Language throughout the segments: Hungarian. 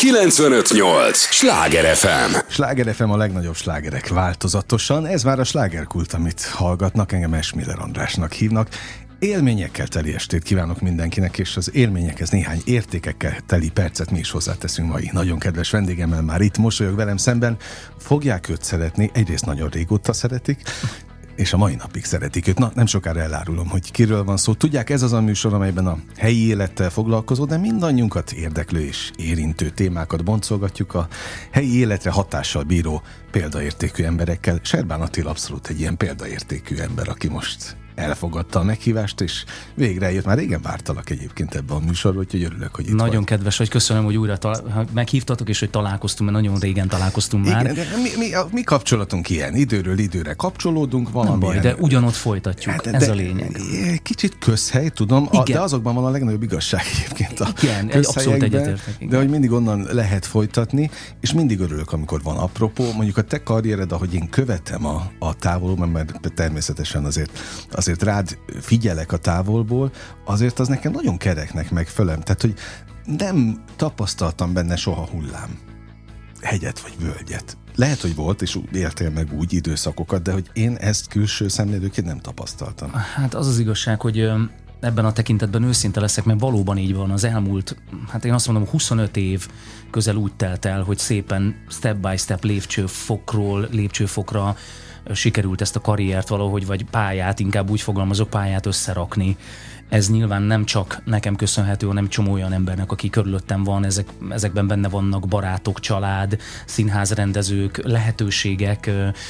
95.8 Sláger FM. Sláger FM, a legnagyobb slágerek változatosan. Ez már a slágerkult, amit hallgatnak, engem Esmiller Andrásnak hívnak. Élményekkel teli estét kívánok mindenkinek, és az élményekhez néhány értékekkel teli percet mi is hozzáteszünk mai nagyon kedves vendégemmel, már itt mosolyog velem szemben. Fogják őt szeretni, egyrészt nagyon régóta szeretik, és a mai napig szeretik őt. Na, nem sokára elárulom, hogy kiről van szó. Tudják, ez az a műsor, amelyben a helyi élettel foglalkozó, de mindannyiunkat érdeklő és érintő témákat boncolgatjuk a helyi életre hatással bíró példaértékű emberekkel. Serbán Attila abszolút egy ilyen példaértékű ember, aki most elfogadta a meghívást, és végre eljött. Már régen vártalak egyébként ebben a műsorban, úgyhogy örülök, hogy itt nagyon vagy. Kedves, hogy köszönöm, hogy újra meghívtatok, és hogy találkoztunk, mert nagyon régen találkoztunk már. Igen, de mi kapcsolatunk ilyen, időről időre kapcsolódunk valamilyen. Nem baj, de ugyanott folytatjuk, hát, ez a lényeg. Kicsit közhely, tudom, de azokban van a legnagyobb igazság egyébként a közhelyekben, de hogy mindig onnan lehet folytatni, és mindig örülök, amikor van apropó. Mondjuk a te karriered, ahogy én követem a távolban, mert természetesen azért rád figyelek a távolból, azért az nekem nagyon kereknek meg fölem. Tehát, hogy nem tapasztaltam benne soha hullám hegyet vagy völgyet. Lehet, hogy volt, és éltél meg úgy időszakokat, de hogy én ezt külső szemlélőként nem tapasztaltam. Hát az az igazság, hogy ebben a tekintetben őszinte leszek, mert valóban így van. Az elmúlt, hát én azt mondom, 25 év közel úgy telt el, hogy szépen step by step lépcsőfokról lépcsőfokra sikerült ezt a karriert valahogy, vagy pályát, inkább úgy fogalmazok, pályát összerakni. Ez nyilván nem csak nekem köszönhető, hanem csomó olyan embernek, aki körülöttem van, ezekben benne vannak barátok, család, színházrendezők, lehetőségek,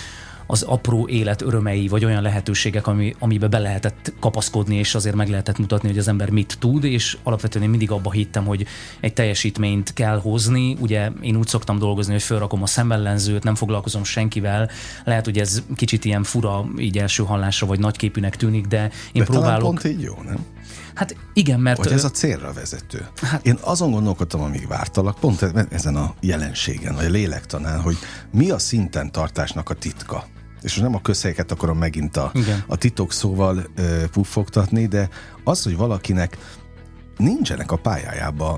az apró élet örömei, vagy olyan lehetőségek, amiben be lehetett kapaszkodni, és azért meg lehetett mutatni, hogy az ember mit tud, és alapvetően én mindig abba hittem, hogy egy teljesítményt kell hozni. Ugye én úgy szoktam dolgozni, hogy felrakom a szemellenzőt, nem foglalkozom senkivel. Lehet, hogy ez kicsit ilyen fura, így első hallásra, vagy nagyképűnek tűnik, de én próbálok. Talán pont így jó, nem? Hát igen, mert... Vagy ez a célra vezető. Hát... Én azon gondolkodtam, amíg vártalak, pont ezen a jelenségen, vagy a lélektanán, hogy mi a szinten tartásnak a titka. És most nem a közhelyeket akarom megint a titok szóval puffogtatni, de az, hogy valakinek nincsenek a pályájában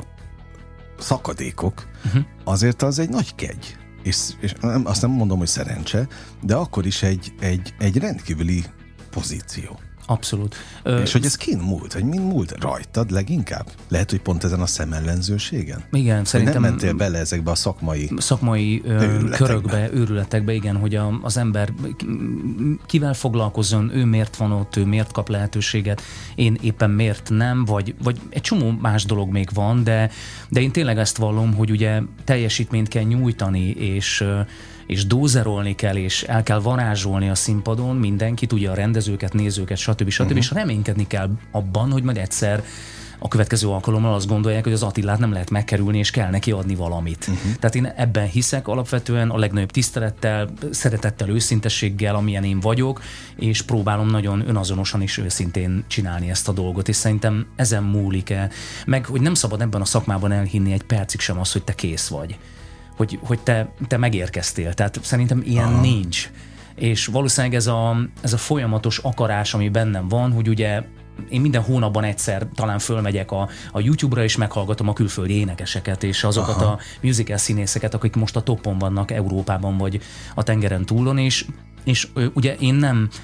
szakadékok, azért az egy nagy kegy. És azt nem mondom, hogy szerencse, de akkor is egy rendkívüli pozíció. Abszolút. És hogy ez kin múlt? Vagy mind múlt rajtad leginkább? Lehet, hogy pont ezen a szemellenzőségen? Igen, szerintem... Nem mentél bele ezekbe a szakmai körökbe, őrületekbe, igen, hogy az ember kivel foglalkozzon, ő miért van ott, ő miért kap lehetőséget, én éppen miért nem, vagy egy csomó más dolog még van, de én tényleg ezt vallom, hogy ugye teljesítményt kell nyújtani, és dózerolni kell, és el kell varázsolni a színpadon mindenkit, ugye a rendezőket, nézőket, stb. És reménykedni kell abban, hogy majd egyszer a következő alkalommal azt gondolják, hogy az Attilát nem lehet megkerülni, és kell neki adni valamit. Tehát én ebben hiszek alapvetően a legnagyobb tisztelettel, szeretettel, őszintességgel, amilyen én vagyok, és próbálom nagyon önazonosan és őszintén csinálni ezt a dolgot, és szerintem ezen múlik-e. Meg, hogy nem szabad ebben a szakmában elhinni egy percig sem az, hogy te kész vagy. Hogy te megérkeztél. Tehát szerintem ilyen nincs. És valószínűleg ez a folyamatos akarás, ami bennem van, hogy ugye én minden hónapban egyszer talán fölmegyek a YouTube-ra, és meghallgatom a külföldi énekeseket, és azokat a musical színészeket, akik most a toppon vannak Európában, vagy a tengeren túlon, és ugye én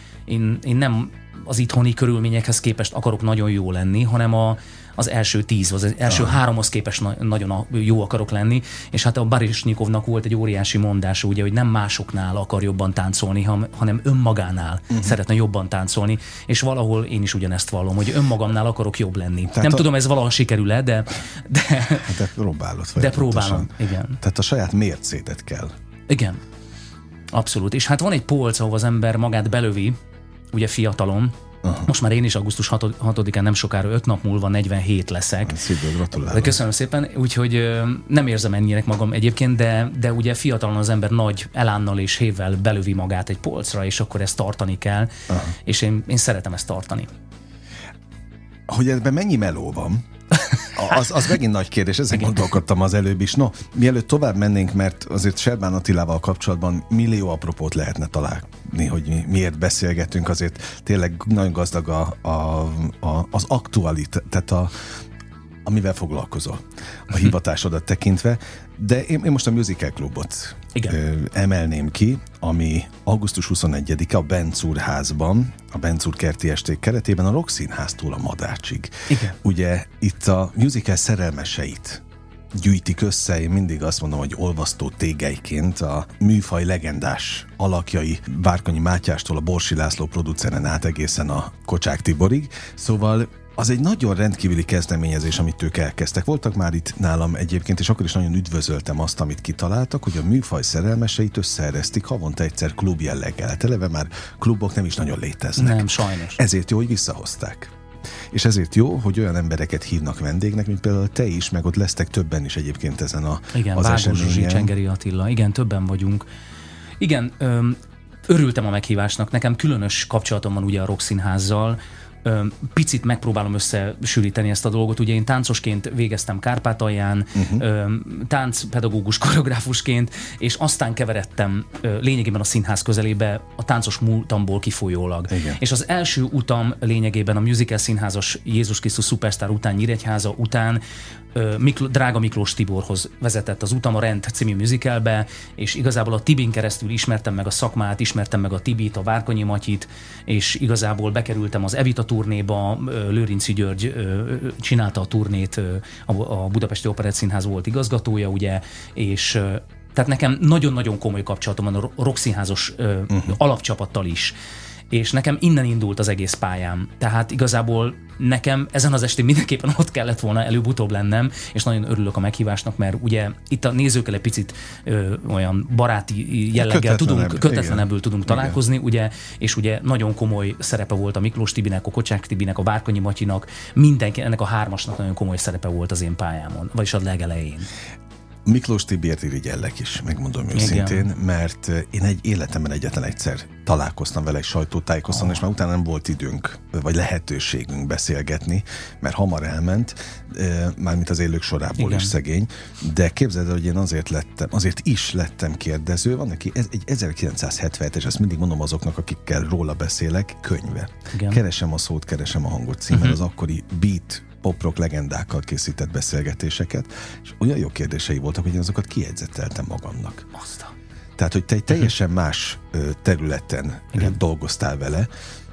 nem az itthoni körülményekhez képest akarok nagyon jó lenni, hanem az első 10, az első 3-hoz képest nagyon jó akarok lenni, és hát a Baryshnikovnak volt egy óriási mondása, ugye, hogy nem másoknál akar jobban táncolni, hanem önmagánál szeretne jobban táncolni, és valahol én is ugyanezt vallom, hogy önmagamnál akarok jobb lenni. Tehát nem tudom, ez valaha sikerül-e, de próbálod. De próbálom, igen. Tehát a saját mércédet kell. Igen, abszolút. És hát van egy polc, ahol az ember magát belövi, ugye fiatalon. Most már én is augusztus 6-án nem sokára 5 nap múlva 47 leszek. Szívből gratulálok. Köszönöm szépen, úgyhogy nem érzem ennyinek magam egyébként, de ugye fiatalon az ember nagy elánnal és hévvel belövi magát egy polcra, és akkor ezt tartani kell, és én szeretem ezt tartani. Hogy ebben mennyi meló van? Az megint nagy kérdés, ezen gondolkodtam az előbb is. No, mielőtt tovább mennénk, mert azért Serbán Attilával kapcsolatban millió apropót lehetne találni, hogy miért beszélgetünk, azért tényleg nagyon gazdag az aktualitás, tehát amivel foglalkozol a hivatásodat tekintve, de én most a Musical Klubot emelném ki, ami augusztus 21-e a Bencúr házban, a Bencúr kerti esték keretében a Rokszínháztól a Madácsig. Igen. Ugye itt a musical szerelmeseit gyűjtik össze, én mindig azt mondom, hogy olvasztó tégelyként a műfaj legendás alakjai, Várkonyi Mátyástól a Borsi László produceren át egészen a Kocsák Tiborig, szóval az egy nagyon rendkívüli kezdeményezés, amit ők elkezdtek. Voltak már itt nálam egyébként, és akkor is nagyon üdvözöltem azt, amit kitaláltak, hogy a műfaj szerelmeseit összeeresztik havonta egyszer klub jelleggel. Hát eleve már klubok nem is nagyon léteznek. Nem, sajnos. Ezért jó, hogy visszahozták. És ezért jó, hogy olyan embereket hívnak vendégnek, mint például te is, meg ott lesztek többen is egyébként ezen az Vágó Zsuzsi, Csengeri Attila. Igen, többen vagyunk. Igen, örültem a meghívásnak. Nekem különös kapcsolatom van ugye a Rokszínházzal. Picit megpróbálom összesűríteni ezt a dolgot. Ugye én táncosként végeztem Kárpátalján, táncpedagógus, koreográfusként, és aztán keveredtem lényegében a színház közelébe a táncos múltamból kifolyólag. Igen. És az első utam lényegében a musical színházas Jézus Krisztus Szupersztár után, Nyíregyháza után Drága Miklós Tiborhoz vezetett az utam, a Rend című musicalbe, és igazából a Tibin keresztül ismertem meg a szakmát, ismertem meg a Tibit, a Várkonyi Matyit, és igazából bekerültem az Evita turnéba, Lőrinczi György csinálta a turnét, a Budapesti Operett Színház volt igazgatója, ugye, és tehát nekem nagyon-nagyon komoly kapcsolatom van a Rokszínházos alapcsapattal is. És nekem innen indult az egész pályám. Tehát igazából nekem ezen az estén mindenképpen ott kellett volna előbb-utóbb lennem, és nagyon örülök a meghívásnak, mert ugye itt a nézőkkel egy picit olyan baráti jelleggel kötetlenebbül tudunk találkozni, ugye, és ugye nagyon komoly szerepe volt a Miklós Tibinek, a Kocsák Tibinek, a Várkonyi Matyinak, mindenki, ennek a hármasnak nagyon komoly szerepe volt az én pályámon, vagyis a legelején. Miklós Tibiért irigyellek is, megmondom őszintén, mert én életemben egyetlen egyszer találkoztam vele egy sajtótájékoztatón, és már utána nem volt időnk, vagy lehetőségünk beszélgetni, mert hamar elment, mármint az élők sorából is szegény, de képzeld el, hogy én azért is lettem kérdező, van neki egy 1977-es, ezt mindig mondom azoknak, akikkel róla beszélek, könyve. Igen. Keresem a szót, keresem a hangot címmel, az akkori beat pop-rock legendákkal készített beszélgetéseket, és olyan jó kérdései voltak, hogy én azokat kijegyzetteltem magamnak. Tehát, hogy te egy teljesen más területen dolgoztál vele,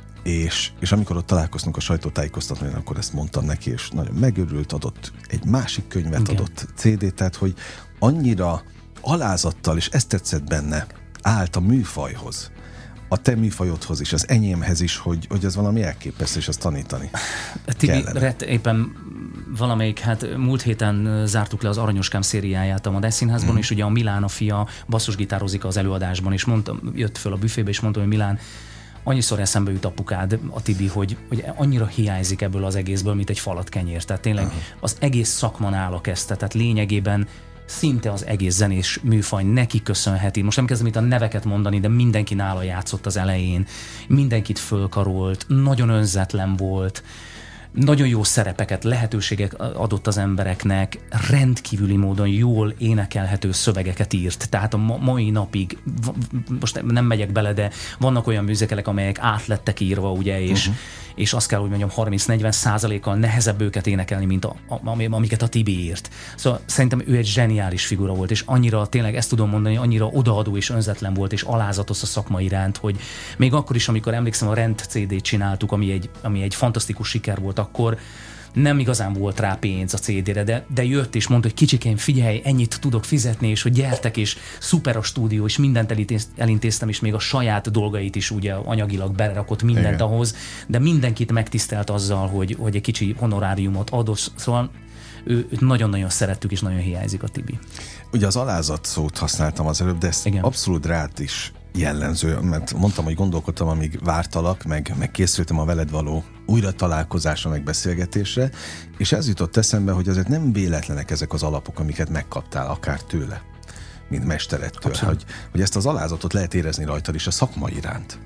és amikor ott találkoztunk a sajtótájékoztatón, akkor ezt mondtam neki, és nagyon megörült, adott egy másik könyvet, adott CD-t, tehát, hogy annyira alázattal, és ezt tetszett benne, állt a műfajhoz, a te műfajodhoz is, az enyémhez is, hogy az valami elképesztő, és azt tanítani kellene. Éppen valamelyik, múlt héten zártuk le az Aranyoskám szériáját a Madách Színházban, és ugye a Milán, a fia basszusgitározik az előadásban, és jött föl a büfébe, és mondtam, hogy Milán, annyiszor eszembe jut apukád, a Tibi, hogy annyira hiányzik ebből az egészből, mint egy falat kenyér. Tehát tényleg az egész szakma nála kezdte, tehát lényegében szinte az egész zenés műfaj neki köszönheti. Most nem kezdem itt a neveket mondani, de mindenki nála játszott az elején, mindenkit fölkarolt, nagyon önzetlen volt, nagyon jó szerepeket, lehetőségek adott az embereknek, rendkívüli módon jól énekelhető szövegeket írt. Tehát a mai napig, most nem megyek bele, de vannak olyan műzikelek, amelyek át lettek írva, ugye, és azt kell, hogy mondjam, 30-40%-kal nehezebb őket énekelni, mint amiket a Tibi írt. Szóval szerintem ő egy zseniális figura volt, és annyira, tényleg ezt tudom mondani, annyira odaadó és önzetlen volt, és alázatos a szakma iránt, hogy még akkor is, amikor emlékszem, a Rend CD-t csináltuk, ami egy fantasztikus siker volt, akkor nem igazán volt rá pénz a CD-re, de jött és mondta, hogy kicsikém, figyelj, ennyit tudok fizetni, és hogy gyertek, és szuper a stúdió, és mindent elintéztem, és még a saját dolgait is ugye anyagilag berakott mindent ahhoz, de mindenkit megtisztelt azzal, hogy egy kicsi honoráriumot adott, szóval őt nagyon-nagyon szerettük, és nagyon hiányzik a Tibi. Ugye az alázat szót használtam az előbb, de ezt abszolút rád is jellemző, mert mondtam, hogy gondolkodtam, amíg vártalak, meg készültem a veled való újra találkozásra, meg beszélgetésre, és ez jutott eszembe, hogy azért nem véletlenek ezek az alapok, amiket megkaptál akár tőle, mint mesterettől, hogy ezt az alázatot lehet érezni rajtad is a szakma iránt.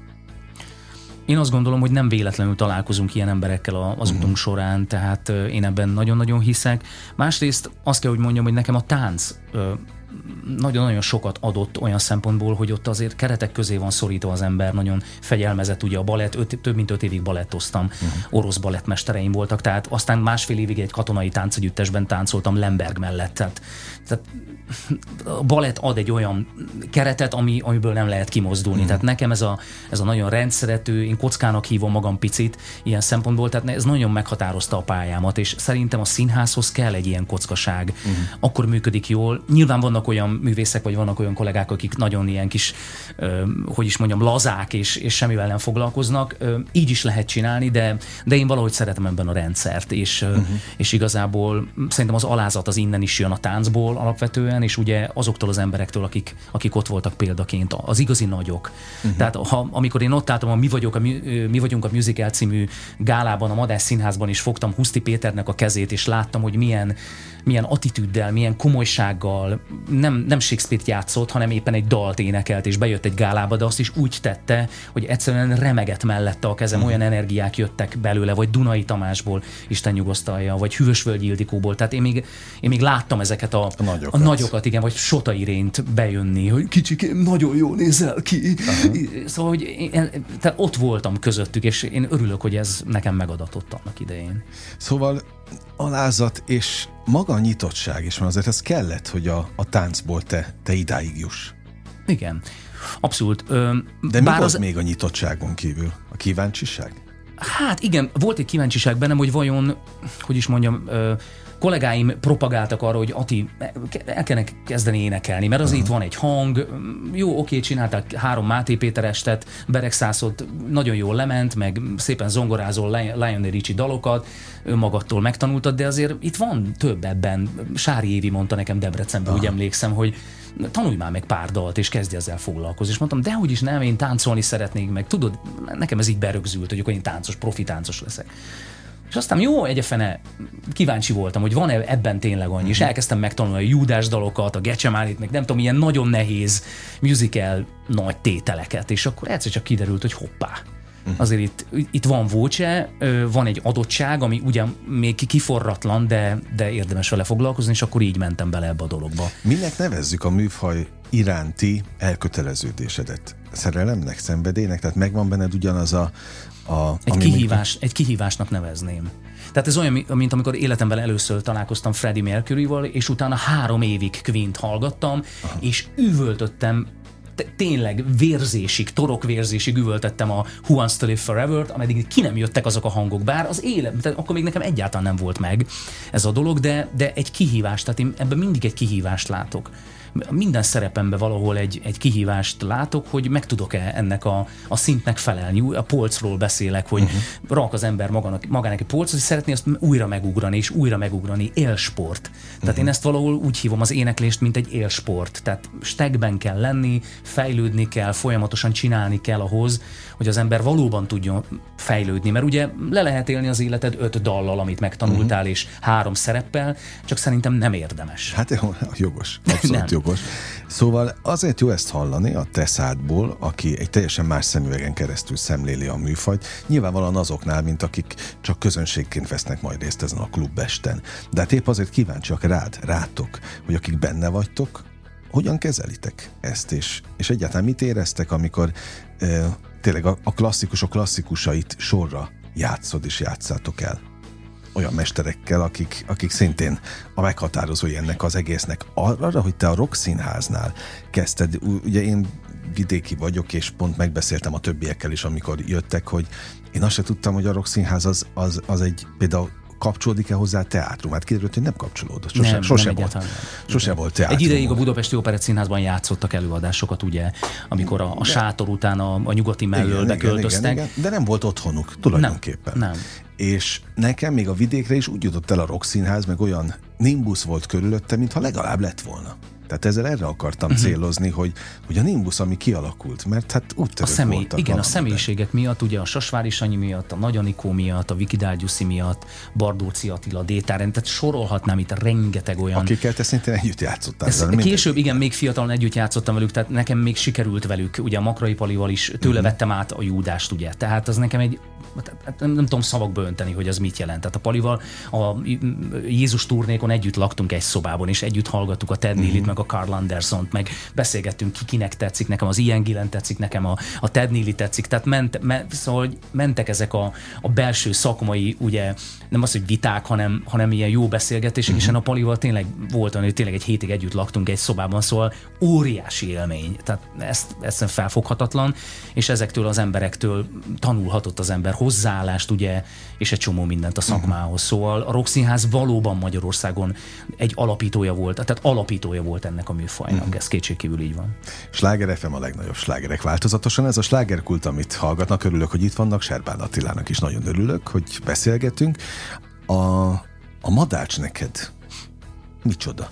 Én azt gondolom, hogy nem véletlenül találkozunk ilyen emberekkel az utunk során, tehát én ebben nagyon-nagyon hiszek. Másrészt azt kell, hogy mondjam, hogy nekem a tánc nagyon-nagyon sokat adott olyan szempontból, hogy ott azért keretek közé van szorítva az ember, nagyon fegyelmezett, ugye a balett, több mint 5 évig balettoztam, orosz balettmestereim voltak, tehát aztán másfél évig egy katonai táncegyüttesben táncoltam Lemberg mellett, tehát a balett ad egy olyan keretet, amiből nem lehet kimozdulni. Tehát nekem ez a nagyon rendszerető, én kockának hívom magam picit ilyen szempontból, tehát ez nagyon meghatározta a pályámat, és szerintem a színházhoz kell egy ilyen kockaság. Akkor működik jól. Nyilván vannak olyan művészek, vagy vannak olyan kollégák, akik nagyon ilyen kis, hogy is mondjam, lazák, és semmivel nem foglalkoznak. Így is lehet csinálni, de én valahogy szeretem ebben a rendszert, és igazából szerintem az alázat az innen is jön a táncból alapvetően, és ugye azoktól az emberektől, akik ott voltak példaként, az igazi nagyok. Tehát amikor én ott álltam a Mi vagyunk a Musical című gálában, a Madách Színházban is fogtam Huszti Péternek a kezét, és láttam, hogy milyen attitűddel, milyen komolysággal nem Shakespeare-t játszott, hanem éppen egy dalt énekelt, és bejött egy gálába, de azt is úgy tette, hogy egyszerűen remegett mellette a kezem, olyan energiák jöttek belőle, vagy Dunai Tamásból, Isten nyugosztalja, vagy Hűvösvölgyi Ildikóból. Tehát én még láttam ezeket a nagyokat, igen, vagy Sota Irént bejönni, hogy kicsikém, nagyon jól nézel ki. Szóval, hogy tehát ott voltam közöttük, és én örülök, hogy ez nekem megadatott annak idején. Szóval alázat és maga a nyitottság is van, azért ez kellett, hogy a táncból te idáig juss. Igen, abszolút. De mi volt még a nyitottságon kívül? A kíváncsiság? Hát igen, volt egy kíváncsiság bennem, hogy vajon, hogy is mondjam, kollégáim propagáltak arra, hogy Ati, el kellene kezdeni énekelni, mert azért itt van egy hang, jó, oké, csinálták 3 Máté Péter estet, Beregszászot, nagyon jól lement, meg szépen zongorázol Lionel Richie dalokat, önmagadtól megtanultad, de azért itt van több ebben. Sári Évi mondta nekem Debrecenben, úgy emlékszem, hogy tanulj már meg pár dalt, és kezdj ezzel foglalkozni. És mondtam, dehogy is nem, én táncolni szeretnék meg. Tudod, nekem ez így berögzült, hogy akkor én profi táncos leszek. És aztán jó, egyefene kíváncsi voltam, hogy van-e ebben tényleg annyi, és elkezdtem megtanulni a Júdás dalokat, a Gecsemálit, meg nem tudom, ilyen nagyon nehéz musical nagy tételeket, és akkor egyszer csak kiderült, hogy hoppá. Azért itt van voce, van egy adottság, ami ugyan még kiforratlan, de érdemes vele foglalkozni, és akkor így mentem bele ebbe a dologba. Minek nevezzük a műfaj iránti elköteleződésedet? Szerelemnek, szenvedélynek? Tehát megvan benned ugyanaz egy kihívásnak nevezném. Tehát ez olyan, mint amikor életemben először találkoztam Freddie Mercuryval, és utána 3 évig Queen-t hallgattam, és üvöltöttem, tényleg torokvérzésig üvöltettem a Who Wants to Live Forever-t, ameddig ki nem jöttek azok a hangok, bár az élet, akkor még nekem egyáltalán nem volt meg ez a dolog, de egy kihívás, tehát én ebben mindig egy kihívást látok. Minden szerepemben valahol egy kihívást látok, hogy meg tudok-e ennek a szintnek felelni. A polcról beszélek, hogy rak az ember magának egy polcot, és szeretné azt újra megugrani, élsport. Tehát én ezt valahol úgy hívom az éneklést, mint egy élsport. Tehát stegben kell lenni, fejlődni kell, folyamatosan csinálni kell ahhoz, hogy az ember valóban tudjon fejlődni. Mert ugye le lehet élni az életed 5 dallal, amit megtanultál, és 3 szereppel, csak szerintem nem érdemes. Hát jogos, abszolút jogos. Szóval azért jó ezt hallani a te szádból, aki egy teljesen más szemüvegen keresztül szemléli a műfajt, nyilvánvalóan azoknál, mint akik csak közönségként vesznek majd részt ezen a klubesten. De hát épp azért kíváncsiak rátok, hogy akik benne vagytok, hogyan kezelitek ezt, és egyáltalán mit éreztek, amikor tényleg a klasszikusok klasszikusait sorra játszod és játszátok el? Olyan mesterekkel, akik szintén a meghatározói ennek az egésznek. Arra, hogy te a Rock Színháznál kezdted, ugye én vidéki vagyok, és pont megbeszéltem a többiekkel is, amikor jöttek, hogy én azt sem tudtam, hogy a Rock Színház az egy például kapcsolódik-e hozzá a teátrum? Hát kiderült, hogy nem kapcsolódott. Sose volt teátrum. Egy ideig a Budapesti Operett Színházban játszottak előadásokat, ugye, amikor a sátor után a nyugati mellől beköltöztek. Igen. De nem volt otthonuk tulajdonképpen. Nem. És nekem még a vidékre is úgy jutott el a Rock Színház, meg olyan nimbus volt körülötte, mintha legalább lett volna. Tehát ezzel erre akartam célozni, hogy a nimbus, ami kialakult, mert hát úttörők voltak. Igen, a személyiségek miatt, ugye a Sasvári Sanyi miatt, a Nagy Anikó miatt, a Viki Dágyuszi miatt, Bardóci Attila, Détáren, tehát sorolhatnám itt rengeteg olyan... Akikkel te szintén együtt játszottál. Később, igen, még fiatalon együtt játszottam velük, tehát nekem még sikerült velük, ugye a Makrai Palival is, tőle vettem át a Júdást, ugye. Tehát az nekem nem tudom szavakba önteni, hogy az mit jelent. Tehát a Palival a Jézus turnékon együtt laktunk egy szobában, és együtt hallgattuk a Ted Neely-t, meg a Carl Andersont, meg beszélgettünk kinek tetszik, nekem az Ian Gillan tetszik, nekem a Ted Neely tetszik, tehát szóval mentek ezek a belső szakmai, ugye nem az, hogy viták, hanem ilyen jó beszélgetések, és a Palival tényleg volt, hogy tényleg egy hétig együtt laktunk egy szobában, szóval óriási élmény, tehát ezt felfoghatatlan, és ezektől az emberektől tanulhatott az ember hozzáállást, ugye, és egy csomó mindent a szakmához. Szóval a Rock Színház valóban Magyarországon egy alapítója volt, tehát alapítója volt ennek a műfajnak, ez kétségkívül így van. Sláger FM, a legnagyobb slágerek változatosan, ez a slágerkult, amit hallgatnak, örülök, hogy itt vannak, Serbán Attilának is nagyon örülök, hogy beszélgetünk. A Madács neked micsoda?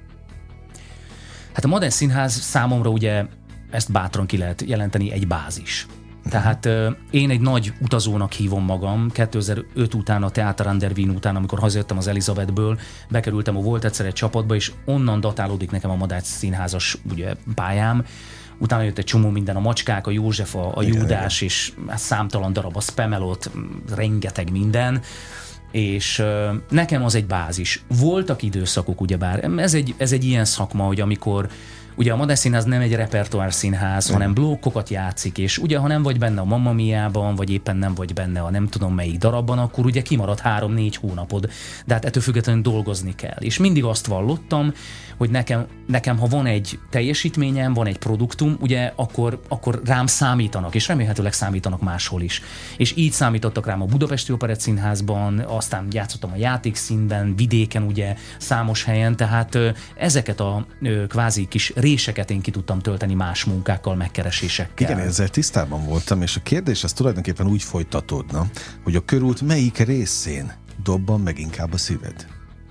Hát a Madách Színház számomra ugye ezt bátran ki lehet jelenteni, egy bázis. Tehát én egy nagy utazónak hívom magam. 2005 után, a Theater an der Wien után, amikor hazajöttem az Elizabethből, bekerültem a Volt egyszer egy csapatba, és onnan datálódik nekem a Madách Színházas ugye, pályám. Utána jött egy csomó minden, a Macskák, a József, a Júdás, és számtalan darab, a Spamelot, rengeteg minden. És nekem az egy bázis. Voltak időszakok, ugyebár, ez egy ilyen szakma, hogy amikor ugye a Madách Színház nem egy repertoár színház, hanem blokkokat játszik, és ugye ha nem vagy benne a Mamma Mia-ban, vagy éppen nem vagy benne a nem tudom melyik darabban, akkor ugye kimarad 3-4 hónapod. De hát ettől függetlenül dolgozni kell. És mindig azt vallottam, hogy nekem ha van egy teljesítményem, van egy produktum, ugye akkor rám számítanak, és remélhetőleg számítanak máshol is. És így számítottak rám a Budapesti Operettszínházban, aztán játszottam a Játékszínben, vidéken ugye, számos helyen, tehát ezeket a kvázi kis réseket én ki tudtam tölteni más munkákkal, megkeresésekkel. Igen, ezzel tisztában voltam, és a kérdés az tulajdonképpen úgy folytatódna, hogy a körút melyik részén dobban meg inkább a szíved?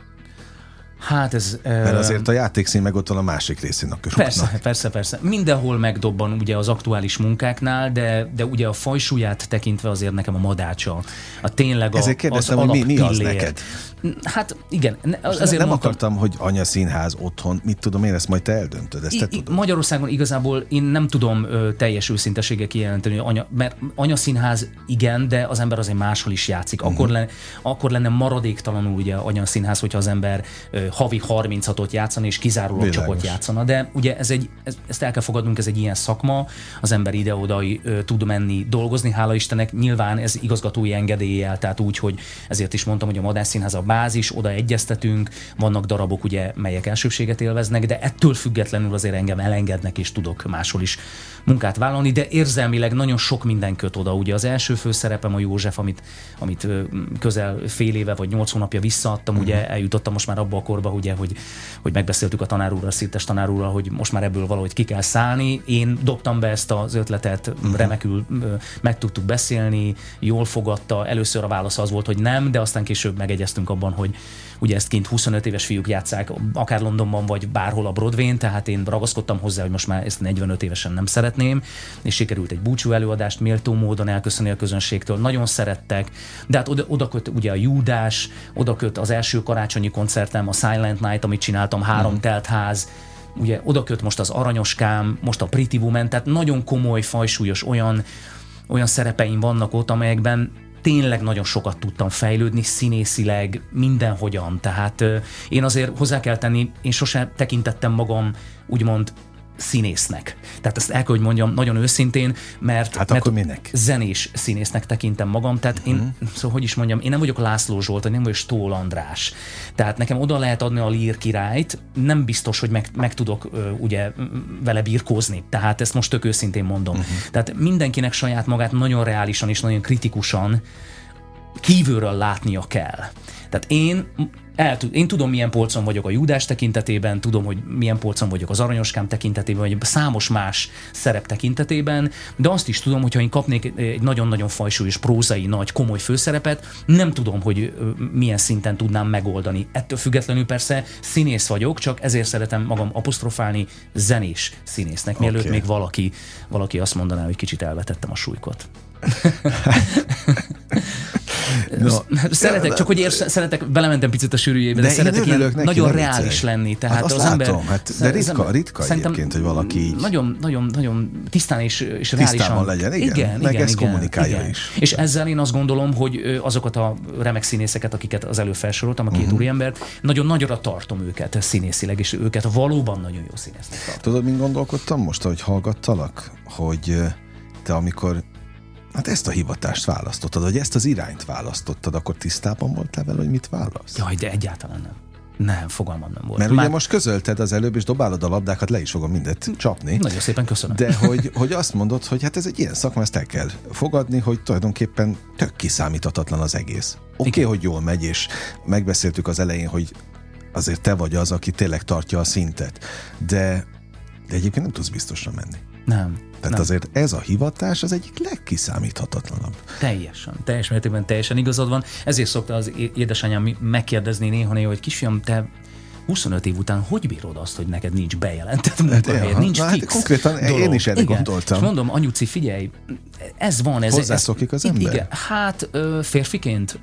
Hát ez... Mert azért a Játékszín meg ott van a másik részén a körútnak. Persze. Mindenhol megdobban ugye az aktuális munkáknál, de ugye a fajsúlyát tekintve azért nekem a Madácsa. Tényleg ezért kérdeztem, hogy mi az neked? Hát igen. Azért nem akartam, hogy anyaszínház otthon, mit tudom én, ezt majd te eldöntöd, ezt te tudod. Magyarországon igazából én nem tudom teljes őszinteséggel kijelenteni, mert anyaszínház igen, de az ember azért máshol is játszik. Akkor lenne maradéktalanul ugye anyaszínház, hogyha az ember havi 36-ot játszana, és kizárólag csak ott játszana. De ugye ezt el kell fogadnunk, ez egy ilyen szakma, az ember ide-oda tud menni dolgozni, hála Istennek, nyilván ez igazgatói engedéllyel, tehát úgy, hogy ezért is mondtam, hogy a Madách Színház a bázis, oda egyeztetünk, vannak darabok, ugye, melyek elsőbséget élveznek, de ettől függetlenül azért engem elengednek, és tudok máshol is munkát vállalni, de érzelmileg nagyon sok minden köt oda. Ugye az első főszerepem a József, amit közel fél éve vagy 8 hónapja visszaadtam, ugye eljutottam most már abba a korba, ugye, hogy megbeszéltük a tanárúrral, Szirtes tanárúrral, hogy most már ebből valahogy ki kell szállni. Én dobtam be ezt az ötletet, remekül meg tudtuk beszélni, jól fogadta. Először a válasz az volt, hogy nem, de aztán később megegyeztünk abban, hogy ugye ezt kint 25 éves fiúk játsszák, akár Londonban, vagy bárhol a Broadwayn, tehát én ragaszkodtam hozzá, hogy most már ezt 45 évesen nem szeretném, és sikerült egy búcsú előadást méltó módon elköszönni a közönségtől. Nagyon szerettek, de hát oda köt ugye a Júdás, oda köt az első karácsonyi koncertem, a Silent Night, amit csináltam, 3 telt ház, ugye oda köt most az Aranyoskám, most a Pretty Woman, tehát nagyon komoly, fajsúlyos olyan szerepeim vannak ott, amelyekben tényleg nagyon sokat tudtam fejlődni, színészileg, mindenhogyan. Tehát én azért hozzá kell tenni, én sosem tekintettem magam úgymond színésznek. Tehát ezt el kell, hogy mondjam nagyon őszintén, mert akkor minek? Zenés színésznek tekintem magam. Tehát én, szóval hogy is mondjam, én nem vagyok László Zsolt, nem vagyok Stól András. Tehát nekem oda lehet adni a Lír királyt, nem biztos, hogy meg tudok ugye vele birkózni. Tehát ezt most tök őszintén mondom. Tehát mindenkinek saját magát nagyon reálisan és nagyon kritikusan kívülről látnia kell. Tehát én tudom, milyen polcon vagyok a Júdás tekintetében, tudom, hogy milyen polcon vagyok az Aranyoskám tekintetében, vagy számos más szerep tekintetében, de azt is tudom, hogyha én kapnék egy nagyon-nagyon fajsúlyos prózai, nagy, komoly főszerepet, nem tudom, hogy milyen szinten tudnám megoldani. Ettől függetlenül persze színész vagyok, csak ezért szeretem magam apostrofálni zenés színésznek, mielőtt még valaki azt mondaná, hogy kicsit elvetettem a súlykot. Szeretek, csak hogy szeretek, belementem picit a sűrűjébe, de szeretek ilyen nagyon reális lenni. Tehát azt az látom, ember, de ritka egyébként, hogy valaki így nagyon tisztán és reálisan. Tisztában legyen, igen. Meg ezt kommunikálja is. És ezzel én azt gondolom, hogy azokat a remek színészeket, akiket az előbb felsoroltam, a két úriembert, nagyon nagyra tartom őket színészileg, és őket valóban nagyon jó színésznek tartom. Tudod, mint gondolkodtam most, ahogy hallgattalak? Hogy te amikor ezt a hivatást választottad, vagy ezt az irányt választottad, akkor tisztában voltál vele, hogy mit válasz? Jaj, de egyáltalán nem. Nem, fogalmam nem volt. Mert ugye most közölted az előbb, és dobálod a labdákat, le is fogom mindet csapni. Nagyon szépen köszönöm. De hogy azt mondod, hogy hát ez egy ilyen szakma, ezt el kell fogadni, hogy tulajdonképpen tök kiszámíthatatlan az egész. Oké, hogy jól megy, és megbeszéltük az elején, hogy azért te vagy az, aki tényleg tartja a szintet. De egyébként nem tudsz biztosra menni. Nem. Tehát azért ez a hivatás az egyik legkiszámíthatatlanabb. Teljes mértékben teljesen igazad van. Ezért szokta az édesanyám megkérdezni néha, hogy kisfiam, te 25 év után hogy bírod azt, hogy neked nincs bejelentett munkahelyed, nincs fix konkrétan dolog. Én is erre gondoltam. És mondom, anyuci, figyelj, ez van. Hozzászokik az ember? Igen, hát férfiként...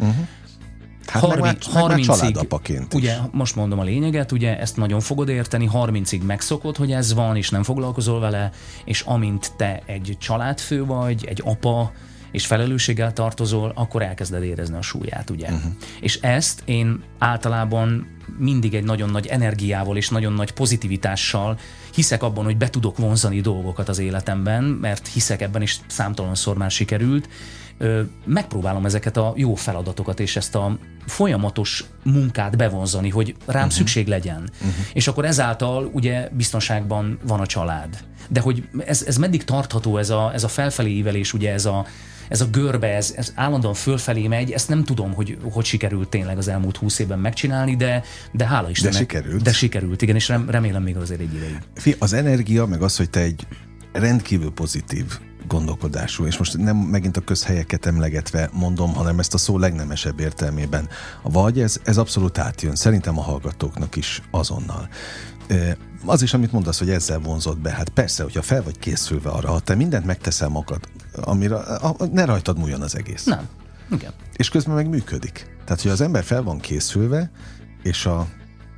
Hát 30-ig, családapaként ugye, most mondom a lényeget, ugye ezt nagyon fogod érteni, 30-ig megszokod, hogy ez van, és nem foglalkozol vele, és amint te egy családfő vagy, egy apa, és felelősséggel tartozol, akkor elkezded érezni a súlyát, ugye. És ezt én általában mindig egy nagyon nagy energiával és nagyon nagy pozitivitással hiszek abban, hogy be tudok vonzani dolgokat az életemben, mert hiszek ebben is számtalanszor már sikerült. Megpróbálom ezeket a jó feladatokat és ezt a folyamatos munkát bevonzani, hogy rám szükség legyen. És akkor ezáltal ugye biztonságban van a család. De hogy ez meddig tartható, ez a felfelé ívelés, ugye ez a görbe, ez állandóan fölfelé megy, ezt nem tudom, hogy sikerült tényleg az elmúlt 20 évben megcsinálni, de hála Istennek. De sikerült, igen, és remélem még azért egy ideig. Az energia, meg az, hogy te egy rendkívül pozitív gondolkodású, és most nem megint a közhelyeket emlegetve mondom, hanem ezt a szó legnemesebb értelmében. Vagy ez abszolút átjön, szerintem a hallgatóknak is azonnal. Az is, amit mondasz, hogy ezzel vonzott be, hát persze, hogyha fel vagy készülve arra, ha te mindent megteszel magad, amire ne rajtad múljon az egész. Nem. Igen. És közben meg működik. Tehát, hogy az ember fel van készülve, és a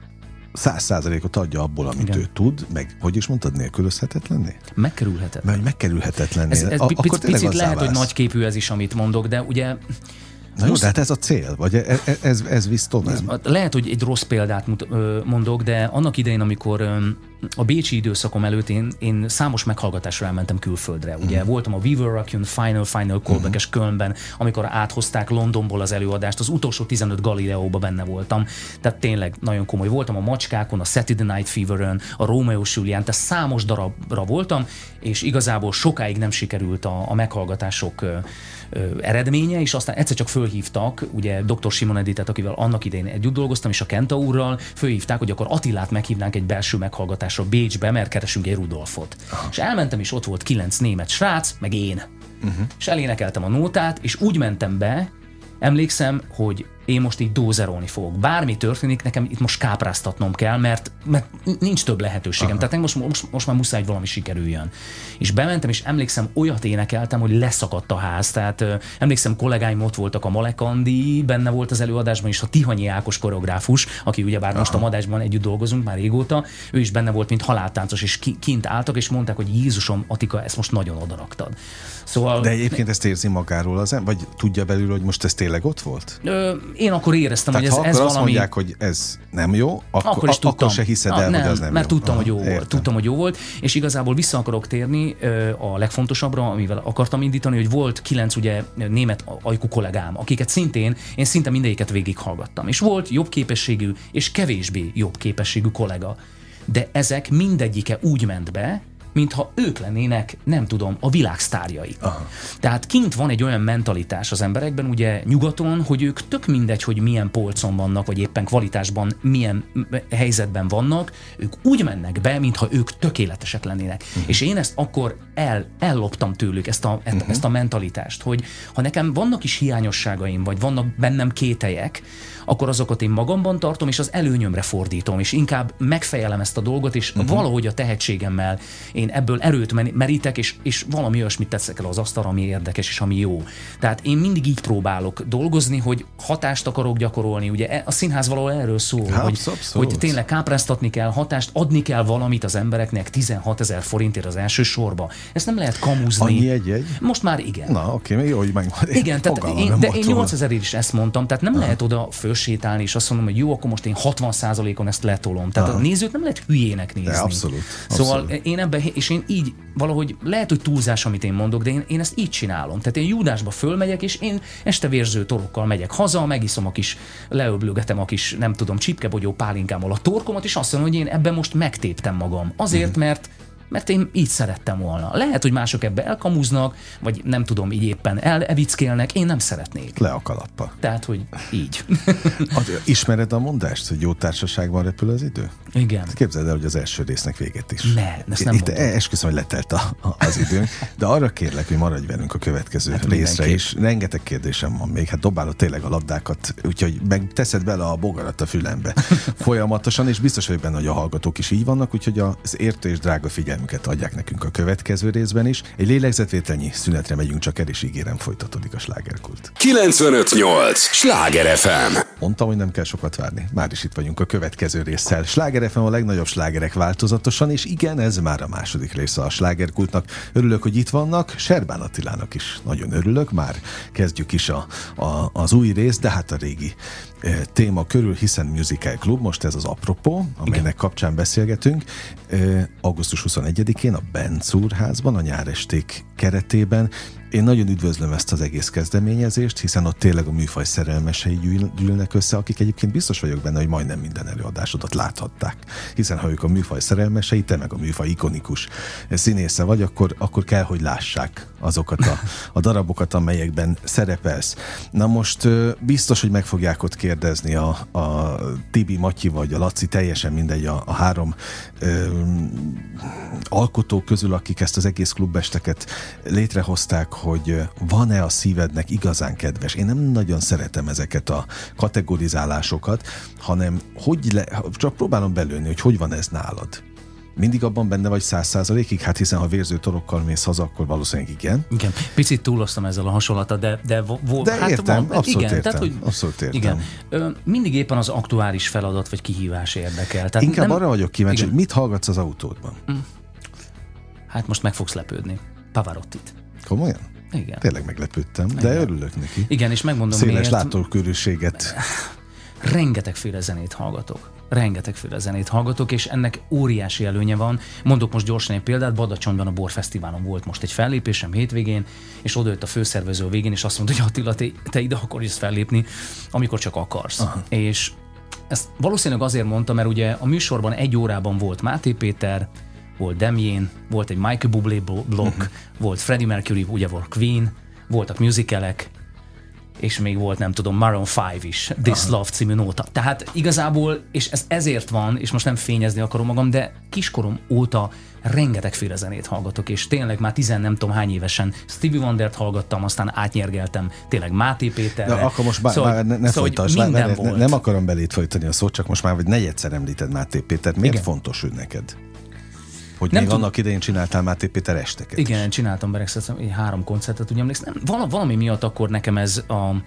100%-ot adja abból, amit ő tud, meg, hogy is mondtad, nélkülözhetetlenné? Megkerülhetetlen. Mert megkerülhetetlenné. Akkor picit lehet, hogy nagyképű ez is, amit mondok, de ugye... Na jó, de hát ez a cél, vagy ez visz tovább? Lehet, hogy egy rossz példát mondok, de annak idején, amikor a bécsi időszakom előtt én számos meghallgatásra elmentem külföldre. Ugye voltam a We Were Rockin' Final Callback-es Kölnben, amikor áthozták Londonból az előadást, az utolsó 15 Galileóba benne voltam. Tehát tényleg nagyon komoly. Voltam a Macskákon, a Saturday Night Fever-ön, a Romeo Julián, tehát számos darabra voltam, és igazából sokáig nem sikerült a meghallgatások eredménye, és aztán egyszer csak fölhívtak, ugye Dr. Simon Editet, akivel annak idején együtt dolgoztam, és a Kenta úrral fölhívták, hogy akkor Attilát meghívnánk egy belső meghallgatásra Bécsbe, mert keresünk egy Rudolfot. És elmentem, és ott volt 9 német srác, meg én. És elénekeltem a nótát, és úgy mentem be, emlékszem, hogy én most így dózerolni fogok. Bármi történik, nekem itt most kápráztatnom kell, mert nincs több lehetőségem. Tehát most már muszáj, hogy valami sikerüljön. És bementem, és emlékszem, olyat énekeltem, hogy leszakadt a ház. Tehát emlékszem, kollégáim ott voltak, a Malek Andi benne volt az előadásban, és a Tihanyi Ákos koreográfus, aki ugyebár most a Madásban együtt dolgozunk már régóta, ő is benne volt, mint haláltáncos, és kint álltak, és mondták, hogy Jézusom, Atika, ezt most nagyon odaraktad. Szóval... De egyébként ezt érzi magáról vagy tudja belül, hogy most ez tényleg ott volt? Én akkor éreztem, tehát hogy ez valami... azt mondják, hogy ez nem jó, akkor se hiszed el, hogy az nem mert jó. Tudtam, hogy jó volt. Tudtam, hogy jó volt, és igazából vissza akarok térni a legfontosabbra, amivel akartam indítani, hogy volt 9 ugye német ajkú kollégám, akiket én szinte mindegyiket végighallgattam. És volt jobb képességű és kevésbé jobb képességű kollega. De ezek mindegyike úgy ment be, mintha ők lennének, nem tudom, a világ sztárjai. Tehát kint van egy olyan mentalitás az emberekben, ugye nyugaton, hogy ők tök mindegy, hogy milyen polcon vannak, vagy éppen kvalitásban, milyen helyzetben vannak, ők úgy mennek be, mintha ők tökéletesek lennének. És én ezt akkor elloptam tőlük, ezt a mentalitást, hogy ha nekem vannak is hiányosságaim, vagy vannak bennem kételyek, akkor azokat én magamban tartom, és az előnyömre fordítom, és inkább megfejelem ezt a dolgot, és valahogy a tehetségemmel Én ebből erőt merítek, és valami olyasmit teszek el az asztalra, ami érdekes és ami jó. Tehát én mindig így próbálok dolgozni, hogy hatást akarok gyakorolni. Ugye a színház valahol erről szól, hogy tényleg kápráztatni kell, hatást adni kell valamit az embereknek 16 000 forintért az első sorba. Ezt nem lehet kamuzni. Annyi egy-egy? Most már igen. Na, oké, még jó, hogy megmondom. Igen, de én 8000-ért is ezt mondtam, tehát nem lehet oda fölsétálni, és azt mondom, hogy jó, akkor most én 60%-on ezt letolom. Tehát a nézőt nem lehet hülyének nézni. De abszolút. Szóval én ebben, és én így valahogy, lehet, hogy túlzás, amit én mondok, de én ezt így csinálom. Tehát én Júdásba fölmegyek, és én este vérző torokkal megyek haza, megiszom a kis, leöblögetem a kis, nem tudom, csipkebogyó pálinkámmal a torkomat, és azt mondom, hogy én ebben most megtéptem magam. Azért, mert én így szerettem volna. Lehet, hogy mások ebbe elkamuznak, vagy nem tudom, így éppen elevickélnek, én nem szeretnék. Le a kalappal. Tehát, hogy így. Ismered a mondást, hogy jó társaságban repül az idő? Igen. Képzeld el, hogy az első résznek véget is. Ezt nem mondom. Esküszöm, hogy letelt az időnk, de arra kérlek, hogy maradj velünk a következő részre is. Rengeteg kérdésem van még, hát dobálod tényleg a labdákat, úgyhogy meg teszed bele a bogarat a fülembe folyamatosan, és biztos vagyok benne, hogy a hallgatók is így vannak, úgyhogy az értő és drága figyelmüket adják nekünk a következő részben is. Egy lélegzetvételnyi szünetre megyünk csak el, és ígérem, folytatódik a slágerkult. 95.8 Sláger FM. Mondtam, hogy nem kell sokat várni. Már is itt vagyunk a következő résszel. Sláger FM, a legnagyobb slágerek változatosan, és igen, ez már a második része a slágerkultnak. Örülök, hogy itt vannak. Serbán Attilának is nagyon örülök. Már kezdjük is az új részt, de hát a régi téma körül, hiszen Musical Club, most ez az apropó, amelynek kapcsán beszélgetünk. Augusztus 21-én a Benz Úrházban, a nyáresték keretében. Én nagyon üdvözlöm ezt az egész kezdeményezést, hiszen ott tényleg a műfaj szerelmesei gyűlnek össze, akik egyébként biztos vagyok benne, hogy majdnem minden előadásodat láthatták. Hiszen ha ők a műfaj szerelmesei, te meg a műfaj ikonikus színésze vagy, akkor kell, hogy lássák azokat a darabokat, amelyekben szerepelsz. Na most biztos, hogy meg fogják ott kérdezni a Tibi, Matyi vagy a Laci, teljesen mindegy, a három alkotó közül, akik ezt az egész klubesteket létrehozták, hogy van-e a szívednek igazán kedves. Én nem nagyon szeretem ezeket a kategorizálásokat, hanem csak próbálom belőni, hogy van ez nálad. Mindig abban benne vagy 100%-ig? Hát hiszen ha vérző torokkal mész haza, akkor valószínűleg igen. Igen, picit túloztam ezzel a hasonlatot, de hát értem, van, abszolút igen, értem. Tehát, hogy, abszolút értem. Igen. Mindig éppen az aktuális feladat vagy kihívás érdekel. Tehát inkább arra vagyok kíváncsi, hogy mit hallgatsz az autódban? Hát most meg fogsz lepődni. Pavarottit. Komolyan? Igen. Tényleg meglepődtem, de örülök neki. Igen, és megmondom széles miért. látókörűséget. Rengetegféle zenét hallgatok, és ennek óriási előnye van. Mondok most gyorsan egy példát, Badacsonyban a Borfesztiválon volt most egy fellépésem hétvégén, és odajött a főszervező a végén, és azt mondta, hogy Attila, te ide akarsz fellépni, amikor csak akarsz. Aha. És ezt valószínűleg azért mondta, mert ugye a műsorban 1 órában volt Máté Péter, volt Damien, volt egy Michael Bublé blokk, volt Freddie Mercury, ugye volt Queen, voltak musicalek, és még volt, nem tudom, Maroon 5 is, This Love című nóta. Tehát igazából, és ez ezért van, és most nem fényezni akarom magam, de kiskorom óta rengetegféle zenét hallgatok, és tényleg már nem tudom hány évesen Stevie Wondert hallgattam, aztán átnyergeltem tényleg Máté Péterre. De akkor most ne folytasd, nem akarom belét folytani a szót, csak most már vagy negyedszer említed Máté Pétert. Miért fontos ő neked? Hogy nem még annak idején csináltál Máté Péter esteket. Igen, is. Csináltam Berexet, 3 koncertet, ugye emlékszem. Valami miatt akkor nekem ez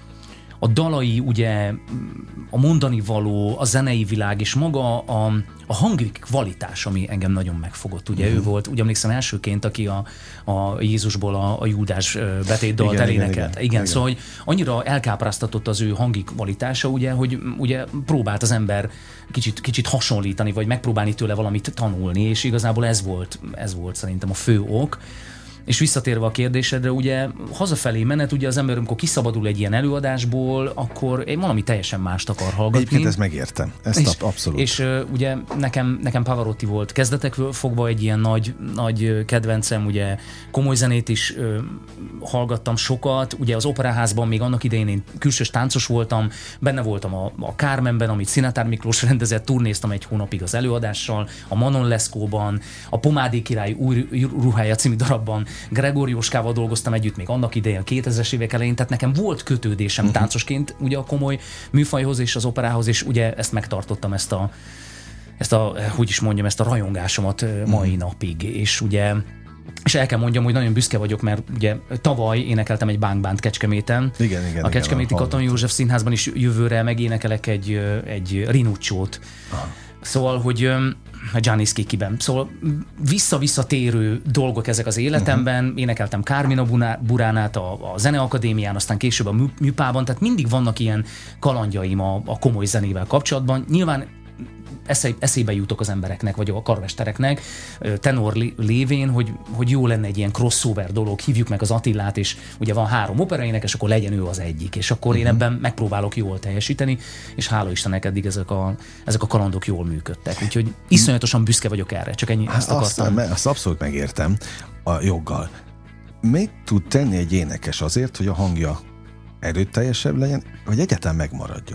a dalai, ugye a mondani való, a zenei világ, és maga a hangi kvalitás, ami engem nagyon megfogott. Ugye ő volt, ugye emlékszem elsőként, aki a Jézusból a Júdás betétdalt elénekelt. Igen, szóval hogy annyira elkápráztatott az ő hangi kvalitása, ugye, hogy ugye próbált az ember kicsit hasonlítani, vagy megpróbálni tőle valamit tanulni, és igazából ez volt szerintem a fő ok. És visszatérve a kérdésedre, ugye hazafelé menet, ugye az ember, amikor kiszabadul egy ilyen előadásból, akkor valami teljesen mást akar hallgatni. Egyébként ezt megértem, abszolút. És ugye nekem Pavarotti volt kezdetekről fogva egy ilyen nagy kedvencem, ugye komoly zenét is hallgattam sokat, ugye az Operaházban még annak idején én külsős táncos voltam, benne voltam a Carmenben, amit Szinatár Miklós rendezett, turnéztam 1 hónapig az előadással, a Manon Lescautban, a Pomádé király új ruhája című darabban Gregor Jóskával dolgoztam együtt még annak idején, a 2000-es évek elején, tehát nekem volt kötődésem táncosként ugye a komoly műfajhoz és az operához, és ugye ezt megtartottam, ezt hogy is mondjam, ezt a rajongásomat mai napig, és ugye és el kell mondjam, hogy nagyon büszke vagyok, mert ugye tavaly énekeltem egy bánkbánt Kecskeméten. Igen, a Kecskeméti Katonai József Színházban is jövőre megénekelek egy Rinucciót. Szóval, hogy Giannis Kikiben. Szóval visszatérő dolgok ezek az életemben. Énekeltem Carmina Buránát a Zeneakadémián, aztán később a Műpában, tehát mindig vannak ilyen kalandjaim a komoly zenével kapcsolatban. Nyilván eszébe jutok az embereknek, vagy a karmestereknek, tenor lévén, hogy jó lenne egy ilyen crossover dolog, hívjuk meg az Attillát, és ugye van 3 operaénekes, akkor legyen ő az egyik, és akkor én ebben megpróbálok jól teljesíteni, és hála Istennek eddig ezek a kalandok jól működtek. Úgyhogy iszonyatosan büszke vagyok erre, csak ennyi, ezt akartam. Azt abszolút megértem a joggal. Mit tud tenni egy énekes azért, hogy a hangja erőteljesebb legyen, vagy egyáltalán megmaradjon?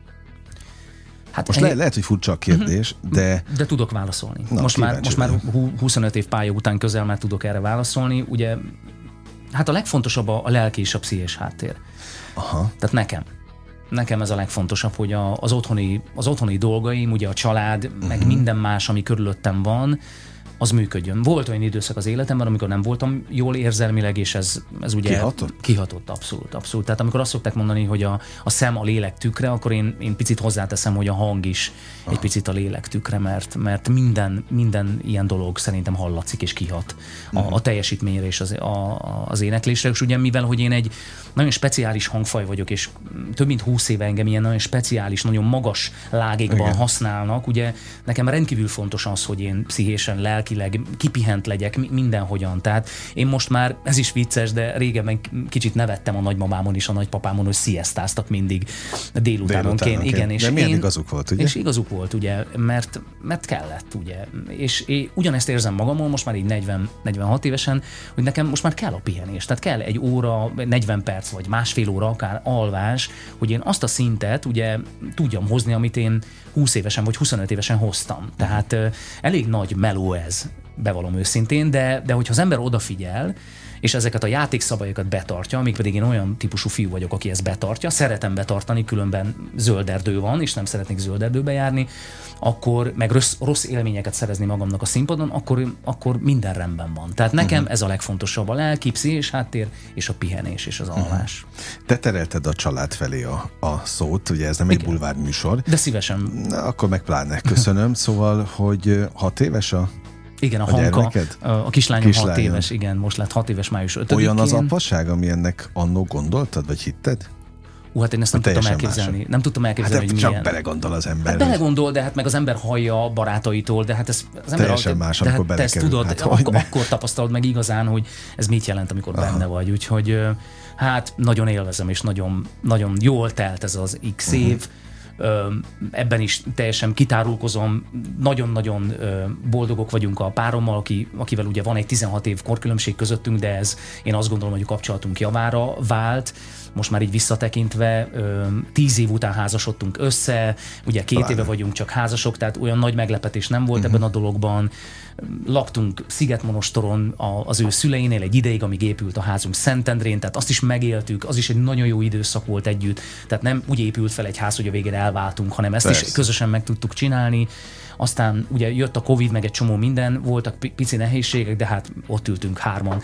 Hát most lehet, hogy furcsa a kérdés, de tudok válaszolni. Most már 25 év pálya után közel már tudok erre válaszolni. Ugye, hát a legfontosabb a lelki és a pszichés háttér. Aha. Tehát nekem ez a legfontosabb, hogy az otthoni dolgaim, ugye a család, meg minden más, ami körülöttem van, az működjön. Volt olyan időszak az életemben, amikor nem voltam jól érzelmileg, és ez ugye kihatott abszolút. Tehát amikor azt szokták mondani, hogy a szem a lélek tükre, akkor én picit hozzáteszem, hogy a hang is egy picit a lélek tükre, mert minden ilyen dolog szerintem hallatszik és kihat a teljesítményre és az éneklésre. És ugye mivel, hogy én egy nagyon speciális hangfaj vagyok, és több mint 20 éve engem ilyen nagyon speciális, nagyon magas lágékban használnak, ugye nekem rendkívül fontos az, hogy én pszichésen, lelkileg kipihent legyek mindenhogyan. Tehát én most már, ez is vicces, de régebben kicsit nevettem a nagymamámon és a nagypapámon, hogy sziasztáztak mindig délutánonként. Igen, és de milyen igazuk volt, ugye? És igazuk volt, ugye, mert kellett, ugye. És én ugyanezt érzem magamon, most már így 46 évesen, hogy nekem most már kell a pihenés. Tehát kell egy óra, 40 perc, vagy másfél óra akár alvás, hogy én azt a szintet ugye tudjam hozni, amit én 20 évesen vagy 25 évesen hoztam. Tehát elég nagy meló ez, bevallom őszintén, de hogyha az ember odafigyel, és ezeket a játékszabályokat betartja, amíg pedig én olyan típusú fiú vagyok, aki ezt betartja, szeretem betartani, különben zöld erdő van, és nem szeretnék zöld erdőbe járni, akkor meg rossz élményeket szerezni magamnak a színpadon, akkor minden rendben van. Tehát nekem ez a legfontosabb, a lelki, pszichés háttér, és a pihenés, és az alvás. Te terelted a család felé a szót, ugye ez nem egy bulvár műsor. De szívesen. Na, akkor meg pláne, köszönöm. Szóval, hogy 6 éves igen, a Hanka, a kislányom 6 éves, igen, most lett 6 éves május 5-én. Olyan az apaság, ami ennek annó gondoltad, vagy hitted? Hát én ezt nem tudtam elképzelni. Nem tudtam elképzelni, hogy csak milyen. belegondol az ember. Hát belegondol, de hát meg az ember hallja barátaitól, de hát ez az ember teljesen más, amikor belekerül. Te ezt tudod, akkor tapasztalod meg igazán, hogy ez mit jelent, amikor benne vagy. Úgyhogy hát nagyon élvezem, és nagyon, nagyon jól telt ez az X év. Ebben is teljesen kitárulkozom, nagyon-nagyon boldogok vagyunk a párommal, akivel ugye van egy 16 év korkülönbség közöttünk, de ez én azt gondolom, hogy a kapcsolatunk javára vált. Most már így visszatekintve 10 év után házasodtunk össze, ugye 2 éve vagyunk csak házasok, tehát olyan nagy meglepetés nem volt ebben a dologban. Laktunk Szigetmonostoron az ő szüleinél egy ideig, amíg épült a házunk Szentendrén, tehát azt is megéltük, az is egy nagyon jó időszak volt együtt, tehát nem úgy épült fel egy ház, hogy a végén elváltunk, hanem ezt is közösen meg tudtuk csinálni. Aztán ugye jött a Covid, meg egy csomó minden, voltak pici nehézségek, de hát ott ültünk 3-an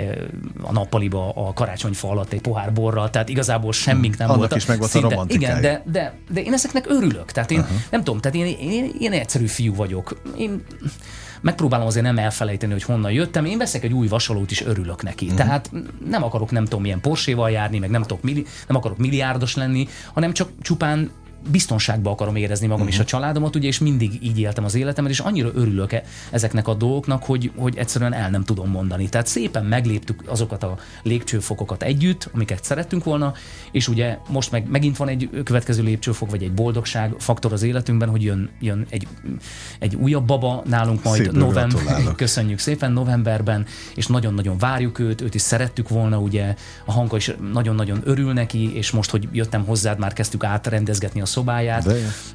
a nappaliba a karácsonyfa alatt egy pohár borral, tehát igazából semmink nem volt. Annak is meg volt a romantikája. Igen, de én ezeknek örülök, tehát én nem tudom, tehát én egyszerű fiú vagyok. Én megpróbálom azért nem elfelejteni, hogy honnan jöttem. Én veszek egy új vasalót is, örülök neki. Tehát nem akarok nem tudom milyen Porsche-val járni, meg nem akarok milliárdos lenni, hanem csak csupán biztonságban akarom érezni magam és a családomat, ugye, és mindig így éltem az életemet, és annyira örülök ezeknek a dolgoknak, hogy egyszerűen el nem tudom mondani. Tehát szépen megléptük azokat a lépcsőfokokat együtt, amiket szerettünk volna, és ugye most megint van egy következő lépcsőfok, vagy egy boldogság faktor az életünkben, hogy jön egy újabb baba nálunk majd köszönjük szépen, novemberben, és nagyon-nagyon várjuk őt is szerettük volna, ugye a Hanka is nagyon-nagyon örül neki, és most, hogy jöttem hozzád, már kezdtük átrendezgetni a szobáját,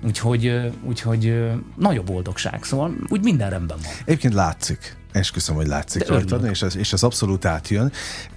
úgyhogy nagyobb boldogság, szóval úgy minden rendben van. Egyébként látszik, esküszöm, hogy látszik rajtad, és ez abszolút átjön.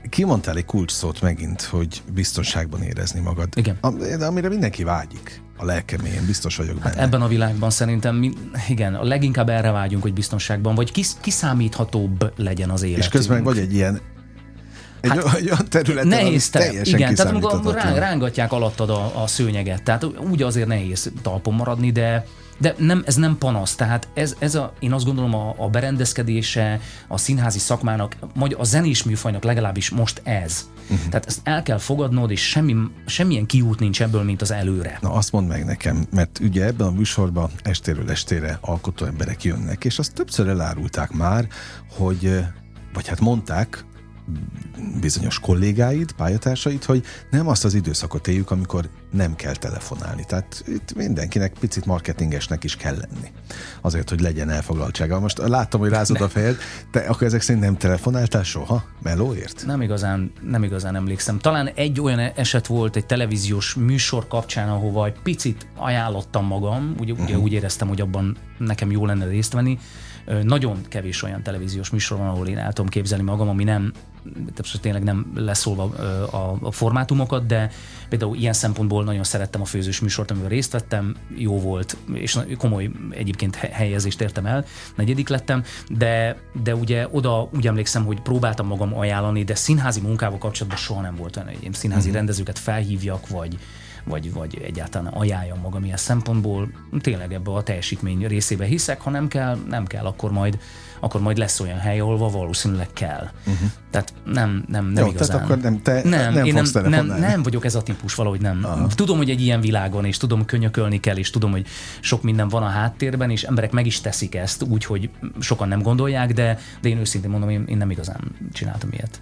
kimondtál egy kulcsszót megint, hogy biztonságban érezni magad. Igen. Amire mindenki vágyik. A lelke mélyén, biztos vagyok benne. Hát ebben a világban szerintem igen, a leginkább erre vágyunk, hogy biztonságban, vagy kiszámíthatóbb legyen az életünk. És közben vagy egy ilyen egy olyan területen, nehéz teljesen igen, tehát kiszámíthatatlan. amikor rángatják alattad a szőnyeget, tehát úgy azért nehéz talpon maradni, de nem, ez nem panasz, tehát én azt gondolom a berendezkedése a színházi szakmának, vagy a zenés műfajnak legalábbis most ez. Tehát ezt el kell fogadnod, és semmilyen kiút nincs ebből, mint az előre. Na azt mondd meg nekem, mert ugye ebben a műsorban estéről estére alkotó emberek jönnek, és azt többször elárulták már, hogy, vagy hát mondták bizonyos kollégáid, pályatársaid, hogy nem azt az időszakot éljük, amikor nem kell telefonálni. Tehát itt mindenkinek picit marketingesnek is kell lenni. Azért, hogy legyen elfoglaltsága. Most láttam, hogy rázod a fejed, te akkor ezek szerint nem telefonáltál soha? Melóért? Nem igazán emlékszem. Talán egy olyan eset volt egy televíziós műsor kapcsán, ahova egy picit ajánlottam magam, ugye úgy éreztem, hogy abban nekem jó lenne részt venni. Nagyon kevés olyan televíziós műsor van, ahol én el tudom képzelni magam, ami nem, tényleg nem leszólva a formátumokat, de például ilyen szempontból nagyon szerettem a főzős műsort, amivel részt vettem, jó volt, és komoly egyébként helyezést értem el, 4. lettem, de ugye oda úgy emlékszem, hogy próbáltam magam ajánlani, de színházi munkával kapcsolatban soha nem volt olyan, hogy én színházi rendezőket felhívjak, vagy egyáltalán ajánljam magam ilyen szempontból. Tényleg ebbe a teljesítmény részébe hiszek, ha nem kell, akkor majd lesz olyan hely, ahol valószínűleg kell. Tehát nem jó, igazán. Tehát akkor nem fogsz telefonálni. Nem vagyok ez a típus, valahogy nem. Aha. Tudom, hogy egy ilyen világon, és tudom, könyökölni kell, és tudom, hogy sok minden van a háttérben, és emberek meg is teszik ezt, úgyhogy sokan nem gondolják, de én őszintén mondom, én nem igazán csináltam ilyet.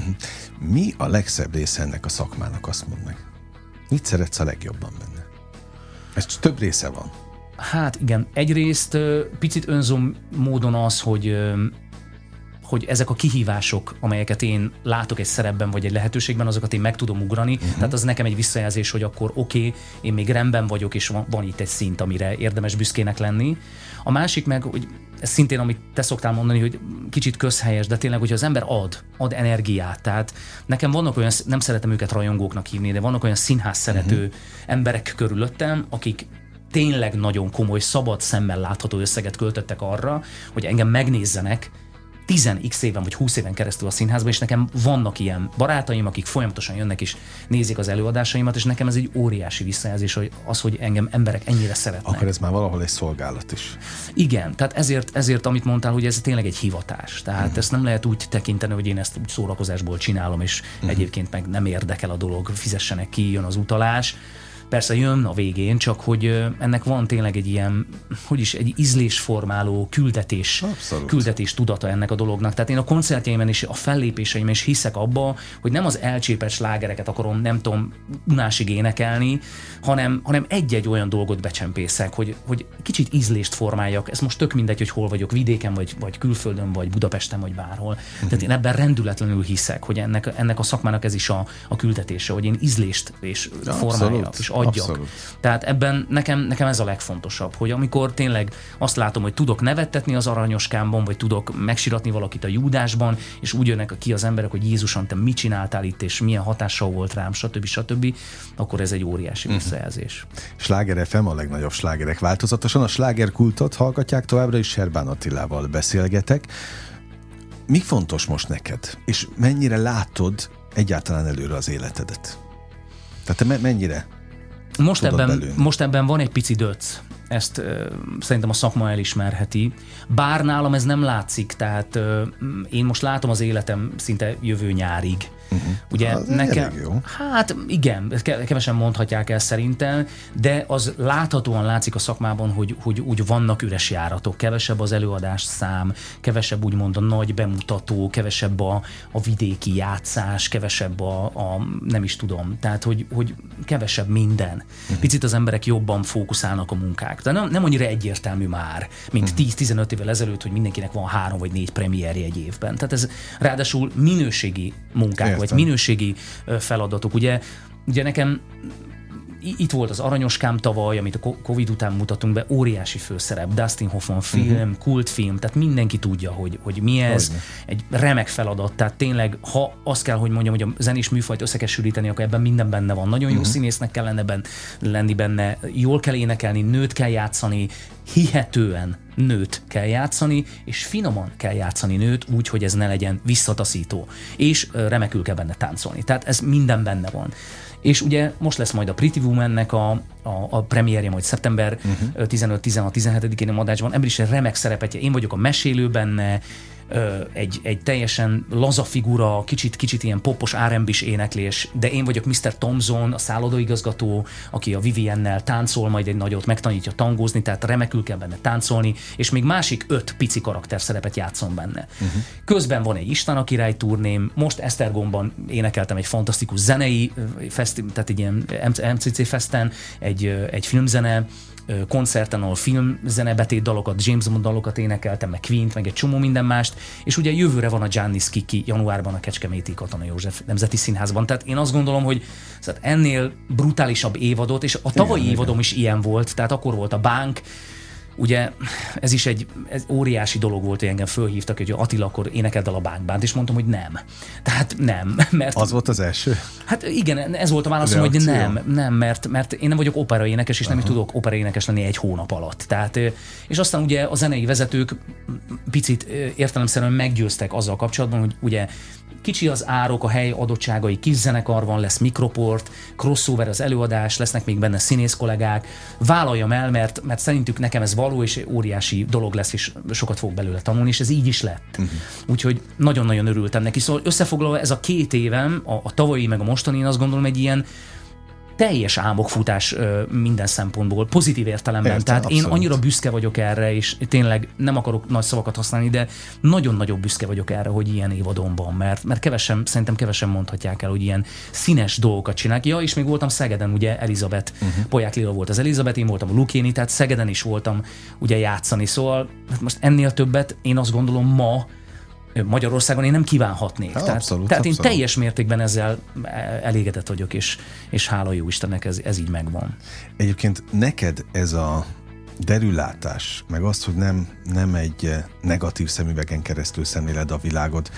Mi a legszebb része ennek a szakmának, azt mondd meg? Mit szeretsz a legjobban benne? Ez több része van. Hát igen, egyrészt picit önző módon az, hogy ezek a kihívások, amelyeket én látok egy szerepben vagy egy lehetőségben, azokat én meg tudom ugrani. Tehát az nekem egy visszajelzés, hogy akkor oké, én még rendben vagyok, és van itt egy szint, amire érdemes büszkének lenni. A másik meg, hogy ez szintén, amit te szoktál mondani, hogy kicsit közhelyes, de tényleg, hogyha az ember ad energiát. Tehát nekem vannak olyan, nem szeretem őket rajongóknak hívni, de vannak olyan színház szerető emberek körülöttem, akik tényleg nagyon komoly, szabad szemmel látható összeget költöttek arra, hogy engem megnézzenek 10x éven vagy 20 éven keresztül a színházban, és nekem vannak ilyen barátaim, akik folyamatosan jönnek és nézik az előadásaimat, és nekem ez egy óriási visszajelzés, hogy hogy engem emberek ennyire szeretnek. Akkor ez már valahol egy szolgálat is. Igen, tehát ezért amit mondtál, hogy ez tényleg egy hivatás. Tehát ezt nem lehet úgy tekinteni, hogy én ezt úgy szórakozásból csinálom, és egyébként meg nem érdekel a dolog, fizessenek ki, jön az utalás. Persze jön a végén, csak hogy ennek van tényleg egy ilyen, egy ízlésformáló küldetés tudata ennek a dolognak. Tehát én a koncertjeimen és a fellépéseimen is hiszek abba, hogy nem az elcsépelt slágereket akarom, nem tudom, unásig énekelni, hanem egy-egy olyan dolgot becsempészek, hogy kicsit ízlést formáljak. Ez most tök mindegy, hogy hol vagyok, vidéken vagy külföldön, vagy Budapesten, vagy bárhol. Tehát én ebben rendületlenül hiszek, hogy ennek a szakmának ez is a küldetése, hogy én ízlést és formáljak, és adjak. Abszolút. Tehát ebben nekem ez a legfontosabb, hogy amikor tényleg azt látom, hogy tudok nevettetni az Aranyoskámban, vagy tudok megsiratni valakit a Júdásban, és úgy jönnek ki az emberek, hogy Jézusom, te mit csináltál itt, és milyen hatással volt rám, stb., akkor ez egy óriási visszajelzés. Sláger FM, a legnagyobb slágerek változatosan. A slágerkultot hallgatják, továbbra is Serbán Attilával beszélgetek. Mi fontos most neked? És mennyire látod előre az életedet? Tehát te mennyire most ebben van egy pici döcc. Ezt szerintem a szakma elismerheti. Bár nálam ez nem látszik, tehát én most látom az életem szinte jövő nyárig. Ugye nekem, jó. Hát igen, kevesen mondhatják el szerintem, de az láthatóan látszik a szakmában, hogy úgy vannak üres járatok, kevesebb az előadás szám, kevesebb úgymond a nagy bemutató, kevesebb a vidéki játszás, kevesebb a nem is tudom, tehát hogy kevesebb minden. Picit az emberek jobban fókuszálnak a munkák. De nem annyira egyértelmű már, mint 10-15 évvel ezelőtt, hogy mindenkinek van 3 vagy 4 premierje egy évben. Tehát ez ráadásul minőségi munkák, vagy minőségi feladatok. Ugye nekem itt volt az Aranyoskám tavaly, amit a Covid után mutatunk be, óriási főszerep, Dustin Hoffman film, kultfilm, tehát mindenki tudja, hogy mi ez. Egy remek feladat, tehát tényleg, ha azt kell, hogy mondjam, hogy a zenés műfajt össze kell sűríteni, akkor ebben minden benne van. Nagyon jó színésznek kell lenni benne, jól kell énekelni, nőt kell játszani, hihetően nőt kell játszani, és finoman kell játszani nőt, úgy, hogy ez ne legyen visszataszító. És remekül kell benne táncolni. Tehát ez minden benne van. És ugye most lesz majd a Pretty Woman-nek a premierje majd szeptember 15-16-17-én a Madácsban. Ebből is egy remek szerepetje. Én vagyok a mesélő benne, egy teljesen laza figura, kicsit ilyen popos R&B-s éneklés, de én vagyok Mr. Thompson, a szállodaigazgató, aki a Viviennel táncol majd egy nagyot, megtanítja tangózni, tehát remekül kell benne táncolni, és még másik 5 pici karakterszerepet játszom benne. Közben van egy István a király turném, most Esztergomban énekeltem egy fantasztikus zenei tehát egy ilyen MCC festen, egy filmzene koncerten, ahol filmzenebetét dalokat, James Bond dalokat énekeltem, meg Queen-t, meg egy csomó minden mást, és ugye jövőre van a Giannis Kiki januárban a Kecskeméti Katona József Nemzeti Színházban. Tehát én azt gondolom, hogy ennél brutálisabb évadot, és a tavalyi évadom is ilyen volt, tehát akkor volt a Bánk, ugye ez is egy óriási dolog volt, hogy engem fölhívtak, hogy Attila, akkor énekeld el a Bánkbánt, és mondtam, hogy nem. Tehát nem. Mert, az volt az első? Hát igen, ez volt a válaszom, hogy nem, mert én nem vagyok operaénekes, és nem is tudok operaénekes lenni egy hónap alatt. Tehát, és aztán ugye a zenei vezetők picit értelemszerűen meggyőztek azzal kapcsolatban, hogy ugye kicsi az árok, a hely adottságai, kis zenekar van, lesz mikroport, crossover az előadás, lesznek még benne színész kollégák. Vállaljam el, mert szerintük nekem ez való, és óriási dolog lesz, és sokat fog belőle tanulni, és ez így is lett. Úgyhogy nagyon-nagyon örültem neki. Szóval összefoglalva ez a 2 évem, a tavalyi meg a mostani, én azt gondolom egy ilyen teljes álmokfutás minden szempontból, pozitív értelemben. Értem, tehát abszolút. én annyira büszke vagyok erre, és tényleg nem akarok nagy szavakat használni, de nagyon-nagyon büszke vagyok erre, hogy ilyen évadon van, mert szerintem kevesen mondhatják el, hogy ilyen színes dolgokat csinálják. Ja, és még voltam Szegeden, ugye Elizabeth, Polyák Lilla volt az Elizabeth, én voltam a Lukéni, tehát Szegeden is voltam ugye játszani, szóval most ennél többet én azt gondolom ma Magyarországon én nem kívánhatnék. Tehát én teljes mértékben ezzel elégedett vagyok, és hála jó Istennek ez így megvan. Egyébként neked ez a derülátás, meg azt, hogy nem egy negatív szemüvegen keresztül szemléled a világot,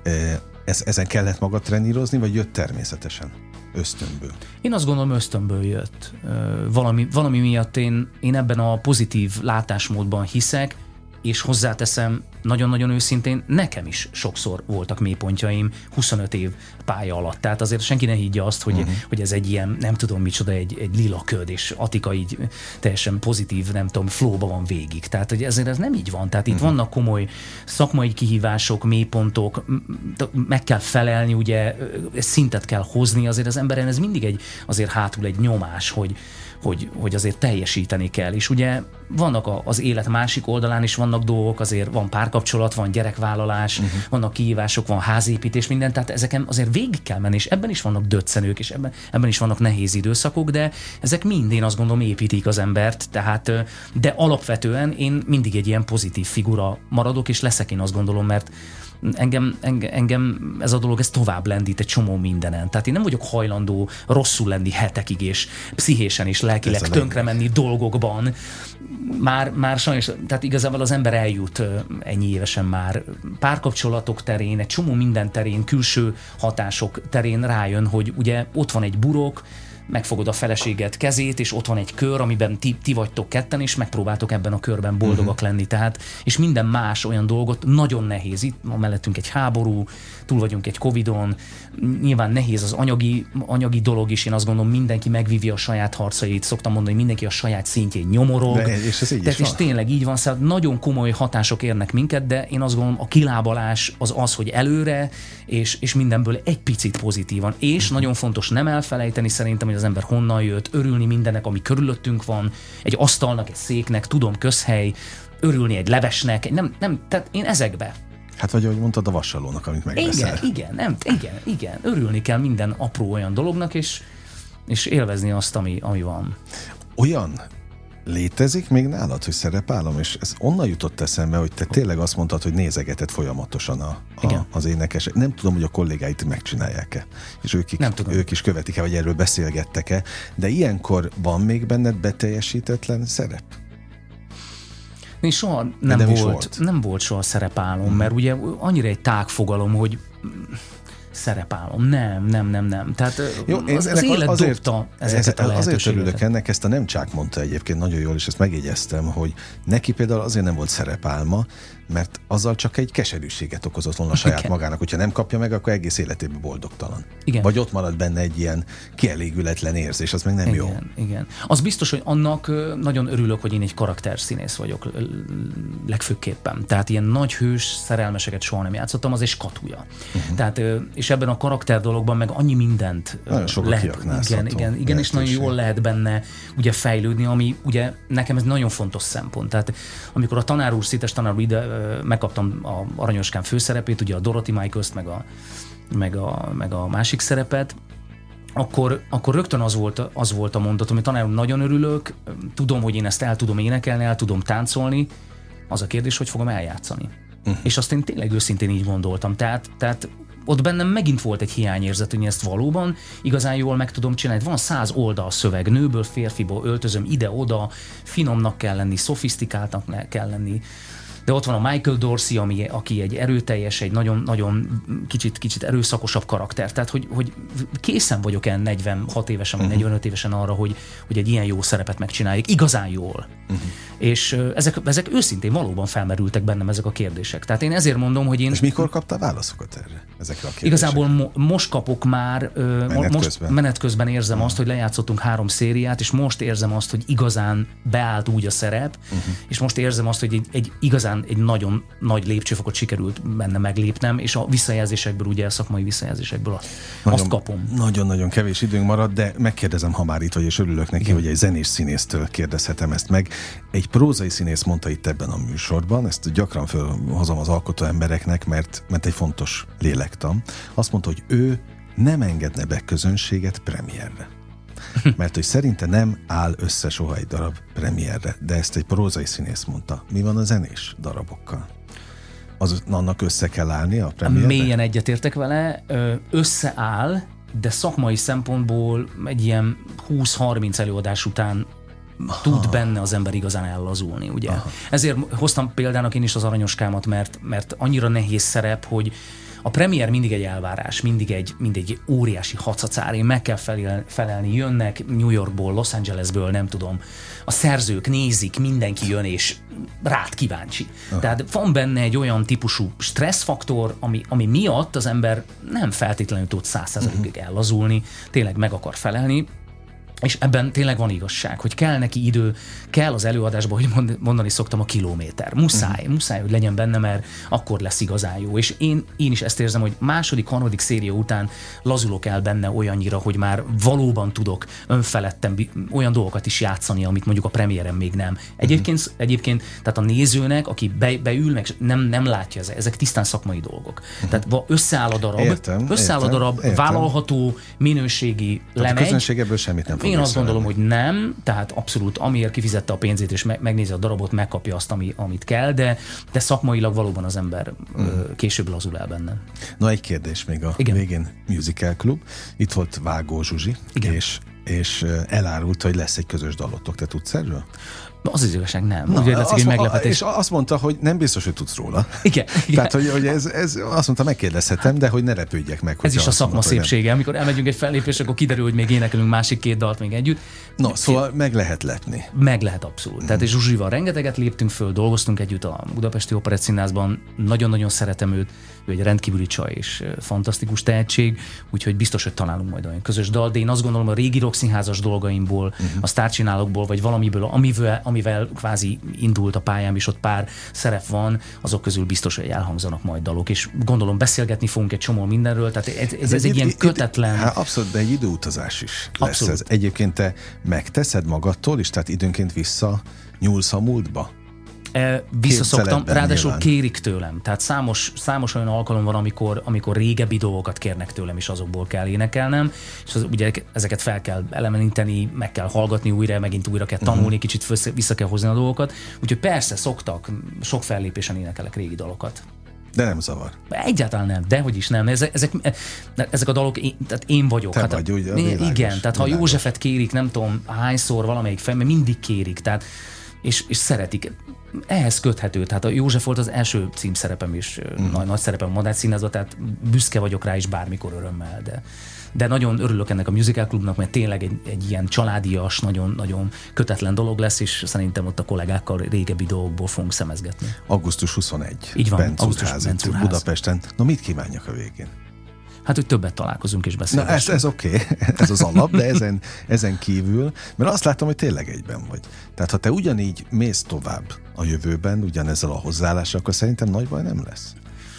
ezen kellett magad trenírozni, vagy jött természetesen? Ösztönből? Én azt gondolom, ösztönből jött. Valami miatt én ebben a pozitív látásmódban hiszek, és hozzáteszem, nagyon-nagyon őszintén, nekem is sokszor voltak mélypontjaim 25 év pálya alatt. Tehát azért senki ne higgye azt, hogy ez egy ilyen, nem tudom micsoda, egy lila köd, és Atika így teljesen pozitív, nem tudom, flowba van végig. Tehát hogy ezért ez nem így van. Tehát itt vannak komoly szakmai kihívások, mélypontok, meg kell felelni, ugye szintet kell hozni, azért az emberen ez mindig azért hátul egy nyomás, hogy azért teljesíteni kell. És ugye vannak az élet másik oldalán is vannak dolgok, azért van párkapcsolat, van gyerekvállalás, vannak kihívások, van házépítés, minden, tehát ezeken azért végig kell menni, és ebben is vannak döccenők, és ebben is vannak nehéz időszakok, de ezek mind, én azt gondolom, építik az embert, tehát, de alapvetően én mindig egy ilyen pozitív figura maradok, és leszek, én azt gondolom, mert engem ez a dolog, ez tovább lendít egy csomó mindenen. Tehát én nem vagyok hajlandó rosszul lenni hetekig, és pszichésen és lelkileg tönkre menni dolgokban. Már sajnos, tehát igazából az ember eljut ennyi évesen már párkapcsolatok terén, egy csomó minden terén, külső hatások terén rájön, hogy ugye ott van egy burok, megfogod a feleséged kezét, és ott van egy kör, amiben ti vagytok ketten, és megpróbáltok ebben a körben boldogak lenni. Tehát, és minden más olyan dolgot nagyon nehéz. Itt mellettünk egy háború, túl vagyunk egy Covidon, nyilván nehéz az anyagi dolog is, én azt gondolom, mindenki megvívja a saját harcait, szoktam mondani, hogy mindenki a saját szintjén nyomorog. És ez így és tényleg így van, szóval nagyon komoly hatások érnek minket, de én azt gondolom, a kilábalás az, hogy előre, és mindenből egy picit pozitívan. És nagyon fontos nem elfelejteni szerintem, hogy az ember honnan jött, örülni mindennek, ami körülöttünk van, egy asztalnak, egy széknek, tudom, közhely, örülni egy levesnek, nem, tehát én ezekbe. Hát vagy ahogy mondtad, a vasalónak, amit megveszel. Igen, örülni kell minden apró olyan dolognak, és élvezni azt, ami van. Olyan létezik még nálad, hogy szerepálom, és ez onnan jutott eszembe, hogy te tényleg azt mondtad, hogy nézegeted folyamatosan az énekesek. Nem tudom, hogy a kollégáit megcsinálják-e, és ők is követik-e, vagy erről beszélgettek-e, de ilyenkor van még benned beteljesítetlen szerep? Én soha nem volt soha szerepálom, mert ugye annyira egy tág fogalom, hogy szerepálom. Nem. Tehát jó, az élet dobta ezeket a lehetőségeket. Azért örülök ennek, ezt a Nemcsák mondta egyébként nagyon jól, és ezt megjegyeztem, hogy neki például azért nem volt szerepálma, mert azzal csak egy keserűséget okozott volna saját magának. Hogyha nem kapja meg, akkor egész életében boldogtalan. Igen. Vagy ott marad benne egy ilyen kielégületlen érzés, az meg nem jó. Igen. Az biztos, hogy annak nagyon örülök, hogy én egy karakterszínész vagyok legfőképpen. Tehát ilyen nagy hős szerelmeseket soha nem játszottam, az egy skatuja. Tehát, és ebben a karakter dologban meg annyi mindent lehet. Igen, és nagyon jól lehet benne ugye fejlődni, ami ugye nekem ez nagyon fontos szempont. Tehát amikor a tanár úr, Szétes tanár úr ide megkaptam a Aranyoskán főszerepét, ugye a Dorothy Michaels meg a másik szerepet, akkor rögtön az volt a mondatom, hogy tanár úr, nagyon örülök, tudom, hogy én ezt el tudom énekelni, el tudom táncolni, az a kérdés, hogy fogom eljátszani. És azt én tényleg őszintén így gondoltam. Tehát ott bennem megint volt egy hiányérzet, hogy én ezt valóban igazán jól meg tudom csinálni. Van 100 oldal szöveg, nőből férfiból öltözöm ide-oda, finomnak kell lenni, szofisztikáltnak kell lenni. De ott van a Michael Dorsey, aki egy erőteljes, egy nagyon kicsit erőszakosabb karakter. Tehát, hogy készen vagyok 46 évesen, vagy 45 évesen arra, hogy egy ilyen jó szerepet megcsináljuk. Igazán jól. És ezek őszintén valóban felmerültek bennem ezek a kérdések. Tehát én ezért mondom, hogy én... És mikor kaptál válaszokat erre? Ezekre a kérdésekre? Igazából most kapok már, menet közben érzem azt, hogy lejátszottunk 3 szériát, és most érzem azt, hogy igazán beállt úgy a szerep, és most érzem azt, hogy egy nagyon nagy lépcsőfokot sikerült benne meglépnem, és a visszajelzésekből, ugye a szakmai visszajelzésekből azt kapom. Nagyon-nagyon kevés időnk marad, de megkérdezem, ha már itt vagy, és örülök neki, hogy egy zenés színésztől kérdezhetem ezt meg. Egy prózai színész mondta itt ebben a műsorban, ezt gyakran felhozom az alkotó embereknek, mert egy fontos lélektan. Azt mondta, hogy ő nem engedne be közönséget premierre. Mert hogy szerinte nem áll össze soha egy darab premierre, de ezt egy prózai színész mondta. Mi van a zenés darabokkal? Annak össze kell állni a premierre? Mélyen egyetértek vele, összeáll, de szakmai szempontból egy ilyen 20-30 előadás után tud benne az ember igazán ellazulni, ugye? Ezért hoztam példának én is az Aranyoskámat, mert annyira nehéz szerep, hogy a premier mindig egy elvárás, mindig egy óriási hacacár, én meg kell felelni, jönnek New Yorkból, Los Angelesből, nem tudom, a szerzők nézik, mindenki jön, és rád kíváncsi. Tehát van benne egy olyan típusú stresszfaktor, ami miatt az ember nem feltétlenül tud 100%-ig ellazulni, tényleg meg akar felelni, és ebben tényleg van igazság, hogy kell neki idő, kell az előadásban, hogy mondani szoktam, a kilométer. Muszáj, hogy legyen benne, mert akkor lesz igazán jó. És én is ezt érzem, hogy második, harmadik széria után lazulok el benne olyannyira, hogy már valóban tudok önfeledten olyan dolgokat is játszani, amit mondjuk a premiéren még nem. Egyébként tehát a nézőnek, aki beül, meg nem látja, ezek tisztán szakmai dolgok. Tehát összeáll a darab, vállalható, minőségi lemegy. A közönség ebből semmit nem fog. Én azt gondolom, hogy nem, tehát abszolút, amiért kifizette a pénzét és megnézi a darabot, megkapja azt, amit kell, de szakmailag valóban az ember később lazul el benne. Na, egy kérdés még a végén. Musical Club. Itt volt Vágó Zsuzsi, és elárult, hogy lesz egy közös dalotok. Te tudsz erről? Az igazság nem. Ugye lesz egy meglepetés. És azt mondta, hogy nem biztos, hogy tudsz róla. Igen. Tehát, hogy ez azt mondta, megkérdezhetem, de hogy ne repődjek meg. Ez is a szakma szépsége. Amikor elmegyünk egy fellépésre, akkor kiderül, hogy még énekelünk másik 2 dalt még együtt. Szóval meg lehet lepni. Meg lehet abszolút. Tehát és Zsuzsival rengeteget léptünk föl, dolgoztunk együtt a Budapesti Operettszínházban. Nagyon-nagyon szeretem őt. Ő egy rendkívüli csaj és fantasztikus tehetség, úgyhogy biztos, hogy találunk majd olyan közös dal, de én azt gondolom, a régi rockszínházas dolgaimból, a sztárcsinálókból, vagy valamiből, amivel kvázi indult a pályám, és ott pár szerep van, azok közül biztos, hogy elhangzanak majd dalok, és gondolom beszélgetni fogunk egy csomó mindenről, tehát ez egy ilyen kötetlen... Abszolút, de egy időutazás is lesz abszolút. Ez. Egyébként te megteszed magadtól is, tehát időnként vissza nyúlsz a múltba? Visszaszoktam, ráadásul nyilván. kérik tőlem. Tehát számos olyan alkalom van, amikor régebbi dolgokat kérnek tőlem, és azokból kell énekelnem, és ugye ezeket fel kell elemeníteni, meg kell hallgatni újra, megint újra kell tanulni, kicsit vissza kell hozni a dolgokat. Úgyhogy persze szoktak, sok fellépésen énekelek régi dalokat. De nem zavar. Egyáltalán nem, dehogy is nem. Ezek a dalok, tehát én vagyok. Te vagy, ugye, világos, igen, tehát ha világos. Józsefet kérik, nem tudom hányszor valamelyik fel, mert mindig kérik, tehát és szeretik. Ehhez köthető, tehát a József volt az első címszerepem is, nagy szerepem a Madách Színházban, tehát büszke vagyok rá is bármikor örömmel, de nagyon örülök ennek a Musical Klubnak, mert tényleg egy ilyen családias, nagyon kötetlen dolog lesz, és szerintem ott a kollégákkal régebbi dolgokból fogunk szemezgetni. Augusztus 21. Így van, Bencúrház, augusztus itt Budapesten. Na mit kívánjak a végén? Hát, hogy többet találkozunk és beszélgessünk. Na ez oké, ez az alap, de ezen kívül, mert azt látom, hogy tényleg egyben vagy. Tehát ha te ugyanígy mész tovább a jövőben, ugyanezzel a hozzáállással, akkor szerintem nagy baj nem lesz.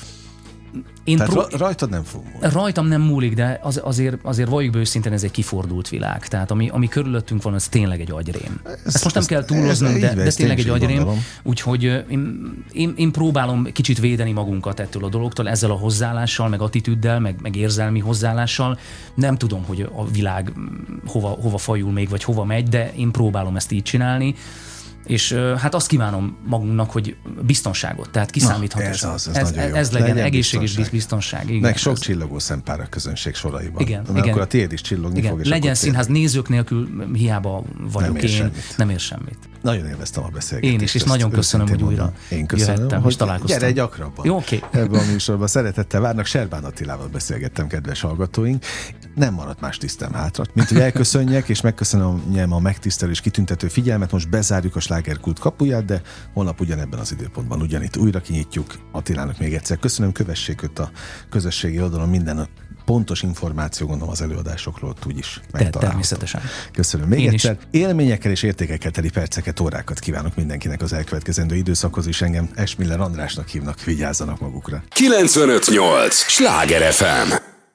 Tehát rajtad nem fog múlni. Rajtam nem múlik, de azért valljuk be őszintén, ez egy kifordult világ. Tehát ami körülöttünk van, az tényleg egy agyrém. Ezt most nem kell túloznunk, de tényleg egy agyrém. Úgyhogy én próbálom kicsit védeni magunkat ettől a dologtól, ezzel a hozzáállással, meg attitűddel, meg érzelmi hozzáállással. Nem tudom, hogy a világ hova fajul még, vagy hova megy, de én próbálom ezt így csinálni. És hát azt kívánom magunknak, hogy biztonságot, tehát kiszámíthatóság. Ez legyen egészség és biztonság. Igen, meg sok csillogó szempár a közönség soraiban. Igen. Akkor a tiéd is csillogni fog. És legyen színház, nézők nélkül hiába vagyok nem ér semmit. Nagyon élveztem a beszélgetést. Én is, és nagyon köszönöm, hogy újra jöhettem, és találkoztam. Gyere gyakrabban. Jó, oké. Ebben a műsorban szeretettel várnak. Serbán Attilával beszélgettem, kedves hallgatóink. Nem maradt más tisztem hátra, mint hogy elköszönjek, és megköszönöm a megtisztelő és kitüntető figyelmet. Most bezárjuk a Slágerkult kapuját, de holnap ugyanebben az időpontban ugyanitt újra kinyitjuk. Attilának még egyszer köszönöm, kövessék őt a közösségi oldalon, minden pontos információ, gondolom az előadásokról ott úgyis megtalálható. Természetesen. Köszönöm még egyszer. Élményekkel és értékekkel teli perceket, órákat kívánok mindenkinek az elkövetkezendő időszakhoz, és engem Esmiller Andrásnak hívnak, vigyázzanak magukra. 95.8 Sláger FM.